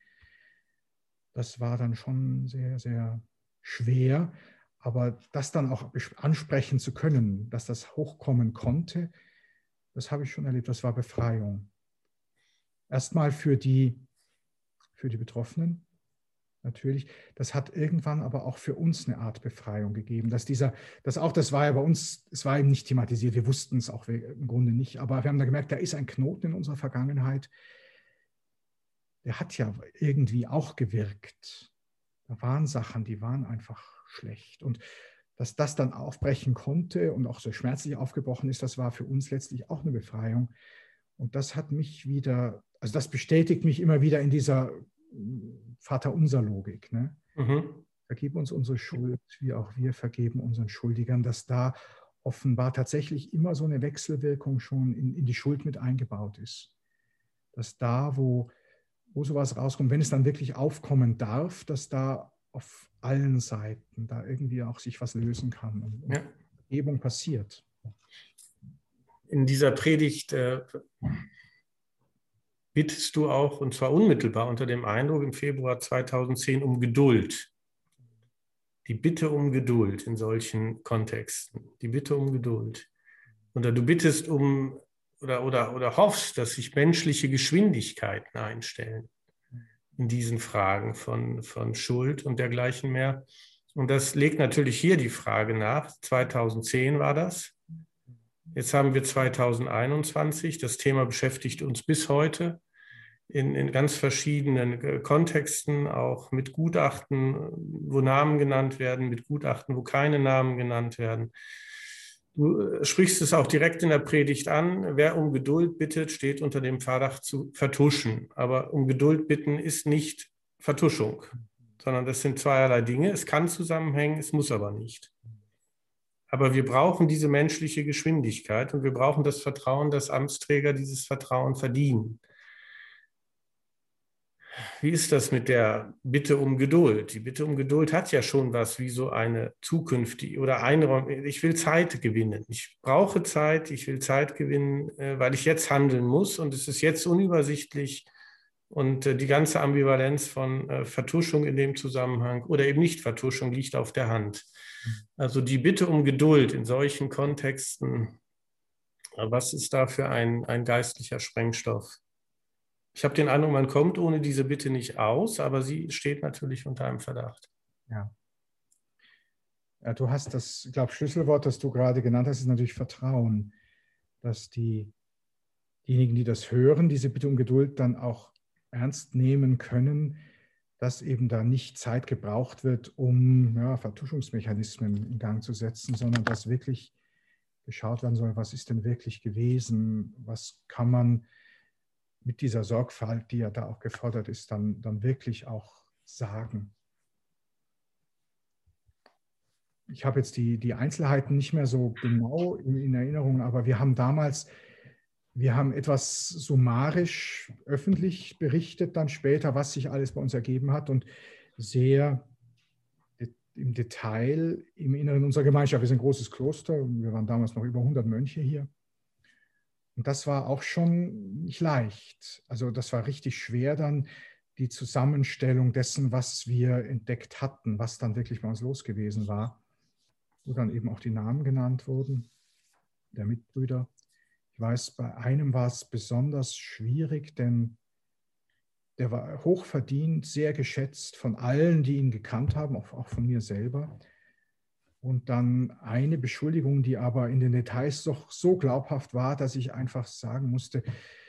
Das war dann schon sehr, sehr schwer, aber das dann auch ansprechen zu können, dass das hochkommen konnte, das habe ich schon erlebt, das war Befreiung. Erstmal für die Betroffenen, natürlich. Das hat irgendwann aber auch für uns eine Art Befreiung gegeben. Das war ja bei uns, es war eben nicht thematisiert, wir wussten es auch im Grunde nicht, aber wir haben da gemerkt, da ist ein Knoten in unserer Vergangenheit, der hat ja irgendwie auch gewirkt. Da waren Sachen, die waren einfach schlecht. Und dass das dann aufbrechen konnte und auch so schmerzlich aufgebrochen ist, das war für uns letztlich auch eine Befreiung. Und das hat mich wieder, also das bestätigt mich immer wieder in dieser Vaterunser-Logik. Ne? Mhm. Vergib uns unsere Schuld, wie auch wir vergeben unseren Schuldigern, dass da offenbar tatsächlich immer so eine Wechselwirkung schon in die Schuld mit eingebaut ist. Dass da, wo sowas rauskommt, wenn es dann wirklich aufkommen darf, dass da auf allen Seiten da irgendwie auch sich was lösen kann und Vergebung passiert. In dieser Predigt bittest du auch, und zwar unmittelbar unter dem Eindruck im Februar 2010, um Geduld. Die Bitte um Geduld in solchen Kontexten. Die Bitte um Geduld. Oder du bittest oder hoffst, dass sich menschliche Geschwindigkeiten einstellen in diesen Fragen von Schuld und dergleichen mehr. Und das legt natürlich hier die Frage nach. 2010 war das. Jetzt haben wir 2021. Das Thema beschäftigt uns bis heute in ganz verschiedenen Kontexten, auch mit Gutachten, wo Namen genannt werden, mit Gutachten, wo keine Namen genannt werden. Du sprichst es auch direkt in der Predigt an. Wer um Geduld bittet, steht unter dem Verdacht zu vertuschen. Aber um Geduld bitten ist nicht Vertuschung, sondern das sind zweierlei Dinge. Es kann zusammenhängen, es muss aber nicht. Aber wir brauchen diese menschliche Geschwindigkeit und wir brauchen das Vertrauen, dass Amtsträger dieses Vertrauen verdienen. Wie ist das mit der Bitte um Geduld? Die Bitte um Geduld hat ja schon was wie so eine zukünftige oder Einräumung. Ich will Zeit gewinnen. Ich brauche Zeit, ich will Zeit gewinnen, weil ich jetzt handeln muss und es ist jetzt unübersichtlich und die ganze Ambivalenz von Vertuschung in dem Zusammenhang oder eben Nicht-Vertuschung liegt auf der Hand. Also die Bitte um Geduld in solchen Kontexten, was ist da für ein geistlicher Sprengstoff? Ich habe den Eindruck, man kommt ohne diese Bitte nicht aus, aber sie steht natürlich unter einem Verdacht. Ja. Ja, du hast das, ich glaube, Schlüsselwort, das du gerade genannt hast, ist natürlich Vertrauen, dass diejenigen, die das hören, diese Bitte um Geduld dann auch ernst nehmen können, dass eben da nicht Zeit gebraucht wird, um Vertuschungsmechanismen in Gang zu setzen, sondern dass wirklich geschaut werden soll, was ist denn wirklich gewesen, was kann man mit dieser Sorgfalt, die ja da auch gefordert ist, dann wirklich auch sagen. Ich habe jetzt die Einzelheiten nicht mehr so genau in Erinnerung, aber wir haben etwas summarisch öffentlich berichtet, dann später, was sich alles bei uns ergeben hat und sehr im Detail im Inneren unserer Gemeinschaft. Wir sind ein großes Kloster, wir waren damals noch über 100 Mönche hier. Und das war auch schon nicht leicht. Also das war richtig schwer dann, die Zusammenstellung dessen, was wir entdeckt hatten, was dann wirklich bei uns los gewesen war, wo dann eben auch die Namen genannt wurden, der Mitbrüder. Ich weiß, bei einem war es besonders schwierig, denn der war hochverdient, sehr geschätzt von allen, die ihn gekannt haben, auch von mir selber. Und dann eine Beschuldigung, die aber in den Details doch so glaubhaft war, dass ich einfach sagen musste,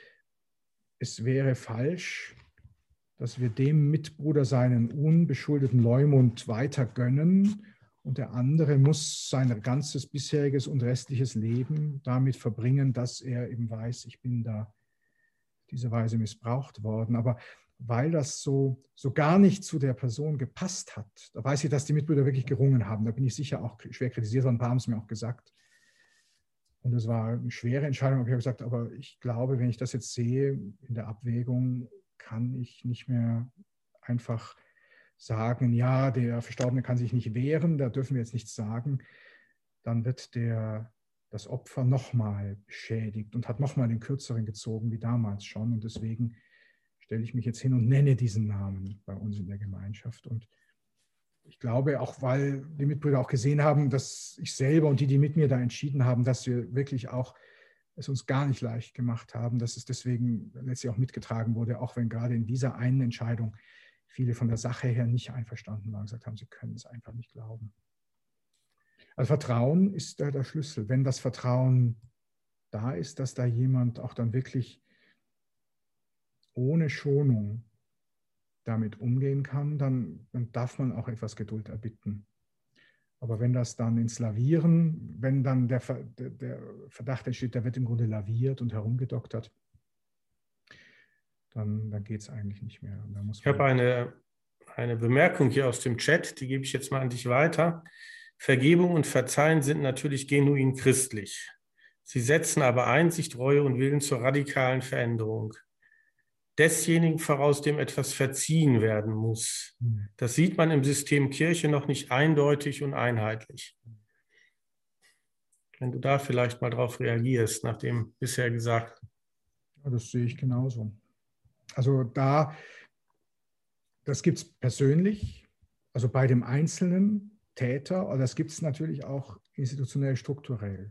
es wäre falsch, dass wir dem Mitbruder seinen unbeschuldeten Leumund weiter gönnen und der andere muss sein ganzes bisheriges und restliches Leben damit verbringen, dass er eben weiß, ich bin da auf diese Weise missbraucht worden. Aber weil das so gar nicht zu der Person gepasst hat, da weiß ich, dass die Mitbrüder wirklich gerungen haben. Da bin ich sicher auch schwer kritisiert worden, ein paar haben es mir auch gesagt. Und es war eine schwere Entscheidung. Ich habe gesagt, aber ich glaube, wenn ich das jetzt sehe in der Abwägung, kann ich nicht mehr einfach sagen, ja, der Verstorbene kann sich nicht wehren, da dürfen wir jetzt nichts sagen. Dann wird das Opfer nochmal beschädigt und hat nochmal den Kürzeren gezogen, wie damals schon. Und deswegen stelle ich mich jetzt hin und nenne diesen Namen bei uns in der Gemeinschaft. Und ich glaube, auch weil die Mitbrüder auch gesehen haben, dass ich selber und die mit mir da entschieden haben, dass wir wirklich auch es uns gar nicht leicht gemacht haben, dass es deswegen letztlich auch mitgetragen wurde, auch wenn gerade in dieser einen Entscheidung viele von der Sache her nicht einverstanden waren und gesagt haben, sie können es einfach nicht glauben. Also Vertrauen ist da der Schlüssel. Wenn das Vertrauen da ist, dass da jemand auch dann wirklich ohne Schonung damit umgehen kann, dann darf man auch etwas Geduld erbitten. Aber wenn das dann ins Lavieren, wenn dann der Verdacht entsteht, der wird im Grunde laviert und herumgedoktert, dann geht es eigentlich nicht mehr. Ich habe eine Bemerkung hier aus dem Chat, die gebe ich jetzt mal an dich weiter. Vergebung und Verzeihen sind natürlich genuin christlich. Sie setzen aber Einsicht, Reue und Willen zur radikalen Veränderung desjenigen voraus, dem etwas verziehen werden muss. Das sieht man im System Kirche noch nicht eindeutig und einheitlich. Wenn du da vielleicht mal drauf reagierst, nach dem bisher Gesagten. Ja, das sehe ich genauso. Also das gibt es persönlich, also bei dem einzelnen Täter, aber das gibt es natürlich auch institutionell, strukturell.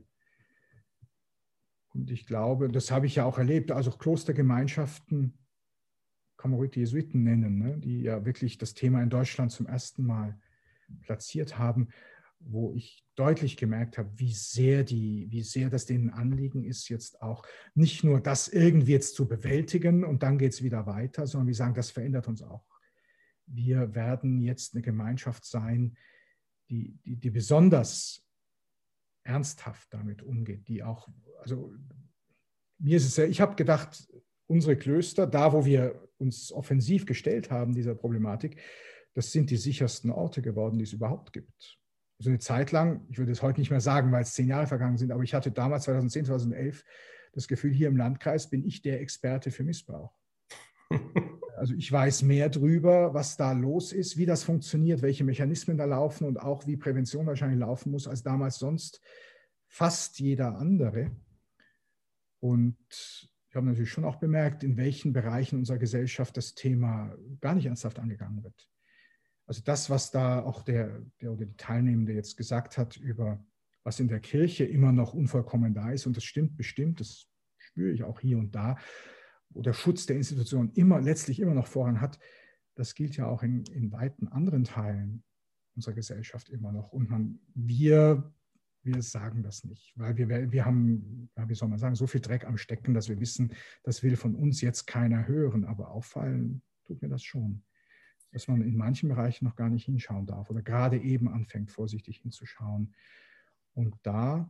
Und ich glaube, das habe ich ja auch erlebt, also Klostergemeinschaften, kann man ruhig die Jesuiten nennen, ne, die ja wirklich das Thema in Deutschland zum ersten Mal platziert haben, wo ich deutlich gemerkt habe, wie sehr das denen Anliegen ist, jetzt auch nicht nur das irgendwie jetzt zu bewältigen und dann geht es wieder weiter, sondern wir sagen, das verändert uns auch. Wir werden jetzt eine Gemeinschaft sein, die besonders ernsthaft damit umgeht, die auch, also mir ist es ja, ich habe gedacht, unsere Klöster, da wo wir uns offensiv gestellt haben, dieser Problematik, das sind die sichersten Orte geworden, die es überhaupt gibt. Also eine Zeit lang, ich würde es heute nicht mehr sagen, weil es 10 Jahre vergangen sind, aber ich hatte damals 2010, 2011 das Gefühl, hier im Landkreis bin ich der Experte für Missbrauch. Also ich weiß mehr drüber, was da los ist, wie das funktioniert, welche Mechanismen da laufen und auch wie Prävention wahrscheinlich laufen muss, als damals sonst fast jeder andere. Und ich habe natürlich schon auch bemerkt, in welchen Bereichen unserer Gesellschaft das Thema gar nicht ernsthaft angegangen wird. Also das, was da auch der oder die Teilnehmende jetzt gesagt hat über was in der Kirche immer noch unvollkommen da ist, und das stimmt bestimmt, das spüre ich auch hier und da, wo der Schutz der Institutionen letztlich immer noch Vorrang hat, das gilt ja auch in weiten anderen Teilen unserer Gesellschaft immer noch. Und wir sagen das nicht, weil wir haben, wie soll man sagen, so viel Dreck am Stecken, dass wir wissen, das will von uns jetzt keiner hören, aber auffallen tut mir das schon, dass man in manchen Bereichen noch gar nicht hinschauen darf oder gerade eben anfängt, vorsichtig hinzuschauen. Und da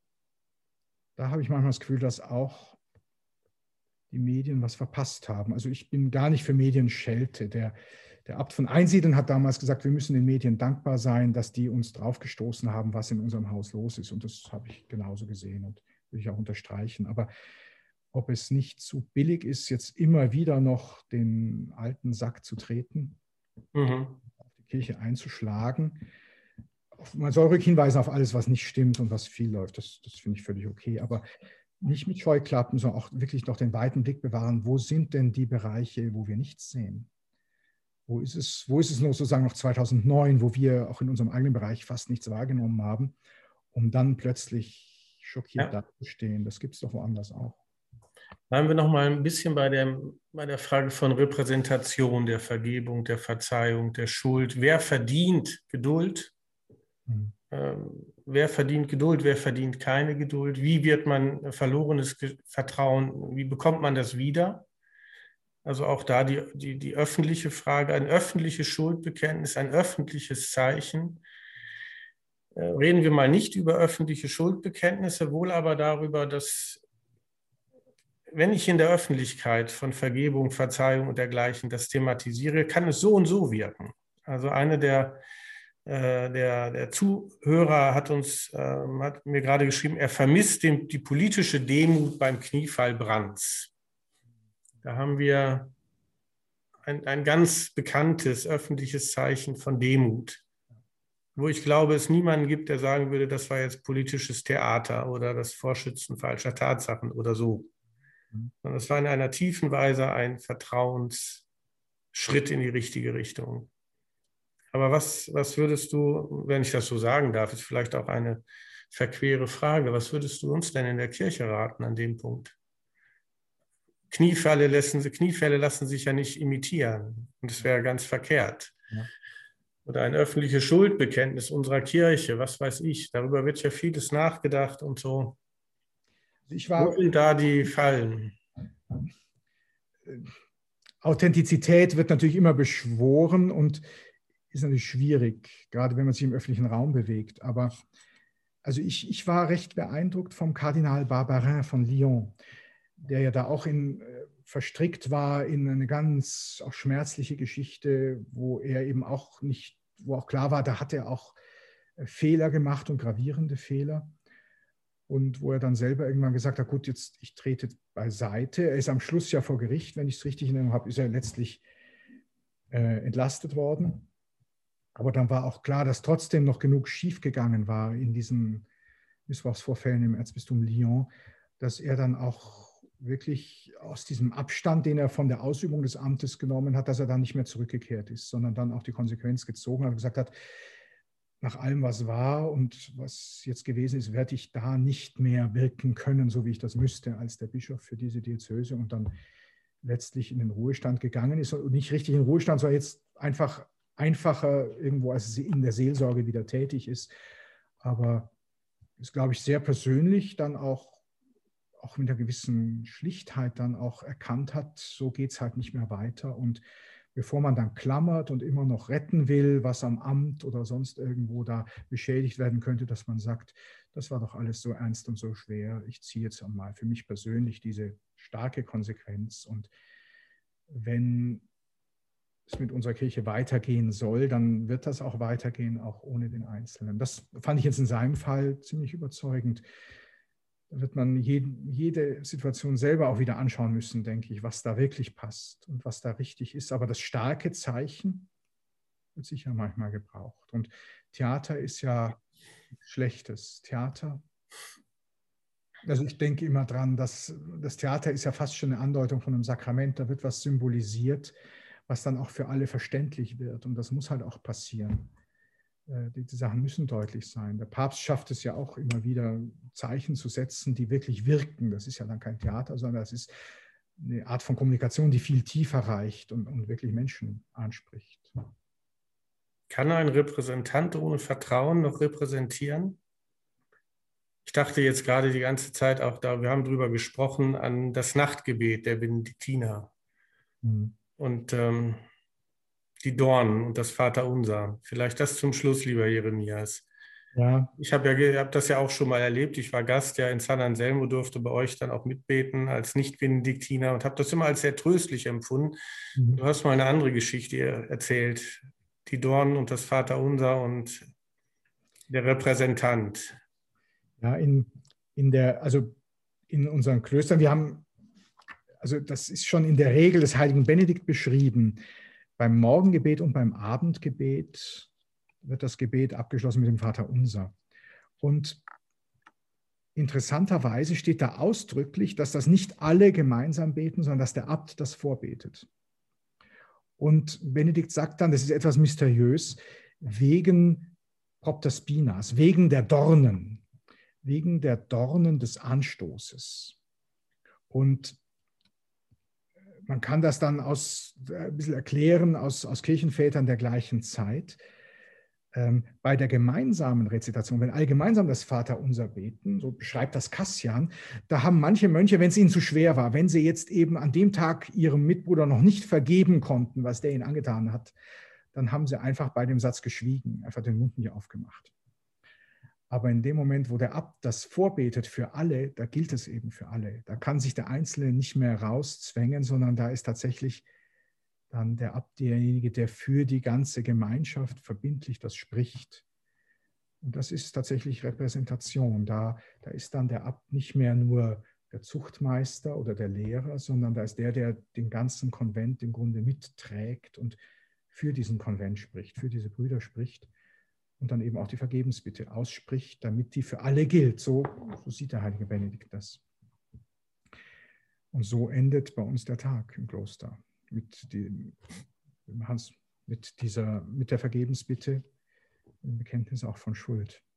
habe ich manchmal das Gefühl, dass auch die Medien was verpasst haben. Also ich bin gar nicht für Medienschelte. Der Abt von Einsiedeln hat damals gesagt, wir müssen den Medien dankbar sein, dass die uns draufgestoßen haben, was in unserem Haus los ist. Und das habe ich genauso gesehen und will ich auch unterstreichen. Aber ob es nicht zu billig ist, jetzt immer wieder noch den alten Sack zu treten, auf die Kirche einzuschlagen. Man soll ruhig hinweisen auf alles, was nicht stimmt und was viel läuft. Das finde ich völlig okay. Aber nicht mit Scheuklappen, sondern auch wirklich noch den weiten Blick bewahren. Wo sind denn die Bereiche, wo wir nichts sehen? Wo ist es noch sozusagen noch 2009, wo wir auch in unserem eigenen Bereich fast nichts wahrgenommen haben, um dann plötzlich schockiert dazustehen? Das gibt es doch woanders auch. Bleiben wir noch mal ein bisschen bei der Frage von Repräsentation, der Vergebung, der Verzeihung, der Schuld. Wer verdient Geduld? Wer verdient Geduld? Wer verdient keine Geduld? Wie wird man verlorenes Vertrauen, wie bekommt man das wieder? Also auch da die öffentliche Frage, ein öffentliches Schuldbekenntnis, ein öffentliches Zeichen. Reden wir mal nicht über öffentliche Schuldbekenntnisse, wohl aber darüber, dass, wenn ich in der Öffentlichkeit von Vergebung, Verzeihung und dergleichen das thematisiere, kann es so und so wirken. Also eine der Zuhörer hat mir gerade geschrieben, er vermisst die politische Demut beim Kniefall Brandts. Da haben wir ein ganz bekanntes öffentliches Zeichen von Demut, wo ich glaube, es niemanden gibt, der sagen würde, das war jetzt politisches Theater oder das Vorschützen falscher Tatsachen oder so. Sondern es war in einer tiefen Weise ein Vertrauensschritt in die richtige Richtung. Aber was würdest du, wenn ich das so sagen darf, ist vielleicht auch eine verquere Frage, was würdest du uns denn in der Kirche raten an dem Punkt? Kniefälle lassen sich ja nicht imitieren und das wäre ganz verkehrt. Ja. Oder ein öffentliches Schuldbekenntnis unserer Kirche, was weiß ich, darüber wird ja vieles nachgedacht und so. Wo sind da die Fallen? Authentizität wird natürlich immer beschworen und ist natürlich schwierig, gerade wenn man sich im öffentlichen Raum bewegt. Aber also ich war recht beeindruckt vom Kardinal Barbarin von Lyon, der ja da auch verstrickt war in eine ganz auch schmerzliche Geschichte, wo er eben auch nicht, wo auch klar war, da hat er auch Fehler gemacht und gravierende Fehler. Und wo er dann selber irgendwann gesagt hat, gut, jetzt ich trete beiseite. Er ist am Schluss ja vor Gericht, wenn ich es richtig in Erinnerung habe, ist er letztlich entlastet worden. Aber dann war auch klar, dass trotzdem noch genug schiefgegangen war in diesen Missbrauchsvorfällen im Erzbistum Lyon, dass er dann auch wirklich aus diesem Abstand, den er von der Ausübung des Amtes genommen hat, dass er dann nicht mehr zurückgekehrt ist, sondern dann auch die Konsequenz gezogen hat und gesagt hat, nach allem, was war und was jetzt gewesen ist, werde ich da nicht mehr wirken können, so wie ich das müsste als der Bischof für diese Diözese, und dann letztlich in den Ruhestand gegangen ist und nicht richtig in den Ruhestand, sondern jetzt einfacher irgendwo als in der Seelsorge wieder tätig ist. Aber ist, glaube ich, sehr persönlich dann auch mit einer gewissen Schlichtheit dann auch erkannt hat, so geht es halt nicht mehr weiter. Und bevor man dann klammert und immer noch retten will, was am Amt oder sonst irgendwo da beschädigt werden könnte, dass man sagt, das war doch alles so ernst und so schwer. Ich ziehe jetzt einmal für mich persönlich diese starke Konsequenz. Und wenn es mit unserer Kirche weitergehen soll, dann wird das auch weitergehen, auch ohne den Einzelnen. Das fand ich jetzt in seinem Fall ziemlich überzeugend. Da wird man jede Situation selber auch wieder anschauen müssen, denke ich, was da wirklich passt und was da richtig ist. Aber das starke Zeichen wird sicher manchmal gebraucht. Und Theater ist ja Schlechtes. Theater, also ich denke immer dran, dass das Theater ist ja fast schon eine Andeutung von einem Sakrament. Da wird was symbolisiert, was dann auch für alle verständlich wird. Und das muss halt auch passieren. Die Sachen müssen deutlich sein. Der Papst schafft es ja auch immer wieder, Zeichen zu setzen, die wirklich wirken. Das ist ja dann kein Theater, sondern das ist eine Art von Kommunikation, die viel tiefer reicht und wirklich Menschen anspricht. Kann ein Repräsentant ohne Vertrauen noch repräsentieren? Ich dachte jetzt gerade die ganze Zeit auch da, wir haben darüber gesprochen, an das Nachtgebet der Benediktiner. Und die Dornen und das Vaterunser. Vielleicht das zum Schluss, lieber Jeremias. Ja. Ich hab das ja auch schon mal erlebt. Ich war Gast ja in San Anselmo, durfte bei euch dann auch mitbeten als Nicht-Benediktiner und habe das immer als sehr tröstlich empfunden. Du hast mal eine andere Geschichte erzählt. Die Dornen und das Vaterunser und der Repräsentant. Ja, in unseren Klöstern, also das ist schon in der Regel des heiligen Benedikt beschrieben. Beim Morgengebet und beim Abendgebet wird das Gebet abgeschlossen mit dem Vaterunser. Und interessanterweise steht da ausdrücklich, dass das nicht alle gemeinsam beten, sondern dass der Abt das vorbetet. Und Benedikt sagt dann, das ist etwas mysteriös, wegen propter spinas, wegen der Dornen des Anstoßes. Und man kann das dann ein bisschen erklären aus Kirchenvätern der gleichen Zeit. Bei der gemeinsamen Rezitation, wenn alle gemeinsam das Vaterunser beten, so beschreibt das Kassian, da haben manche Mönche, wenn es ihnen zu schwer war, wenn sie jetzt eben an dem Tag ihrem Mitbruder noch nicht vergeben konnten, was der ihnen angetan hat, dann haben sie einfach bei dem Satz geschwiegen, einfach den Mund nicht aufgemacht. Aber in dem Moment, wo der Abt das vorbetet für alle, da gilt es eben für alle. Da kann sich der Einzelne nicht mehr rauszwängen, sondern da ist tatsächlich dann der Abt derjenige, der für die ganze Gemeinschaft verbindlich das spricht. Und das ist tatsächlich Repräsentation. Da ist dann der Abt nicht mehr nur der Zuchtmeister oder der Lehrer, sondern da ist der den ganzen Konvent im Grunde mitträgt und für diesen Konvent spricht, für diese Brüder spricht und dann eben auch die Vergebensbitte ausspricht, damit die für alle gilt. So sieht der heilige Benedikt das. Und so endet bei uns der Tag im Kloster. Mit der Vergebensbitte, dem Bekenntnis auch von Schuld.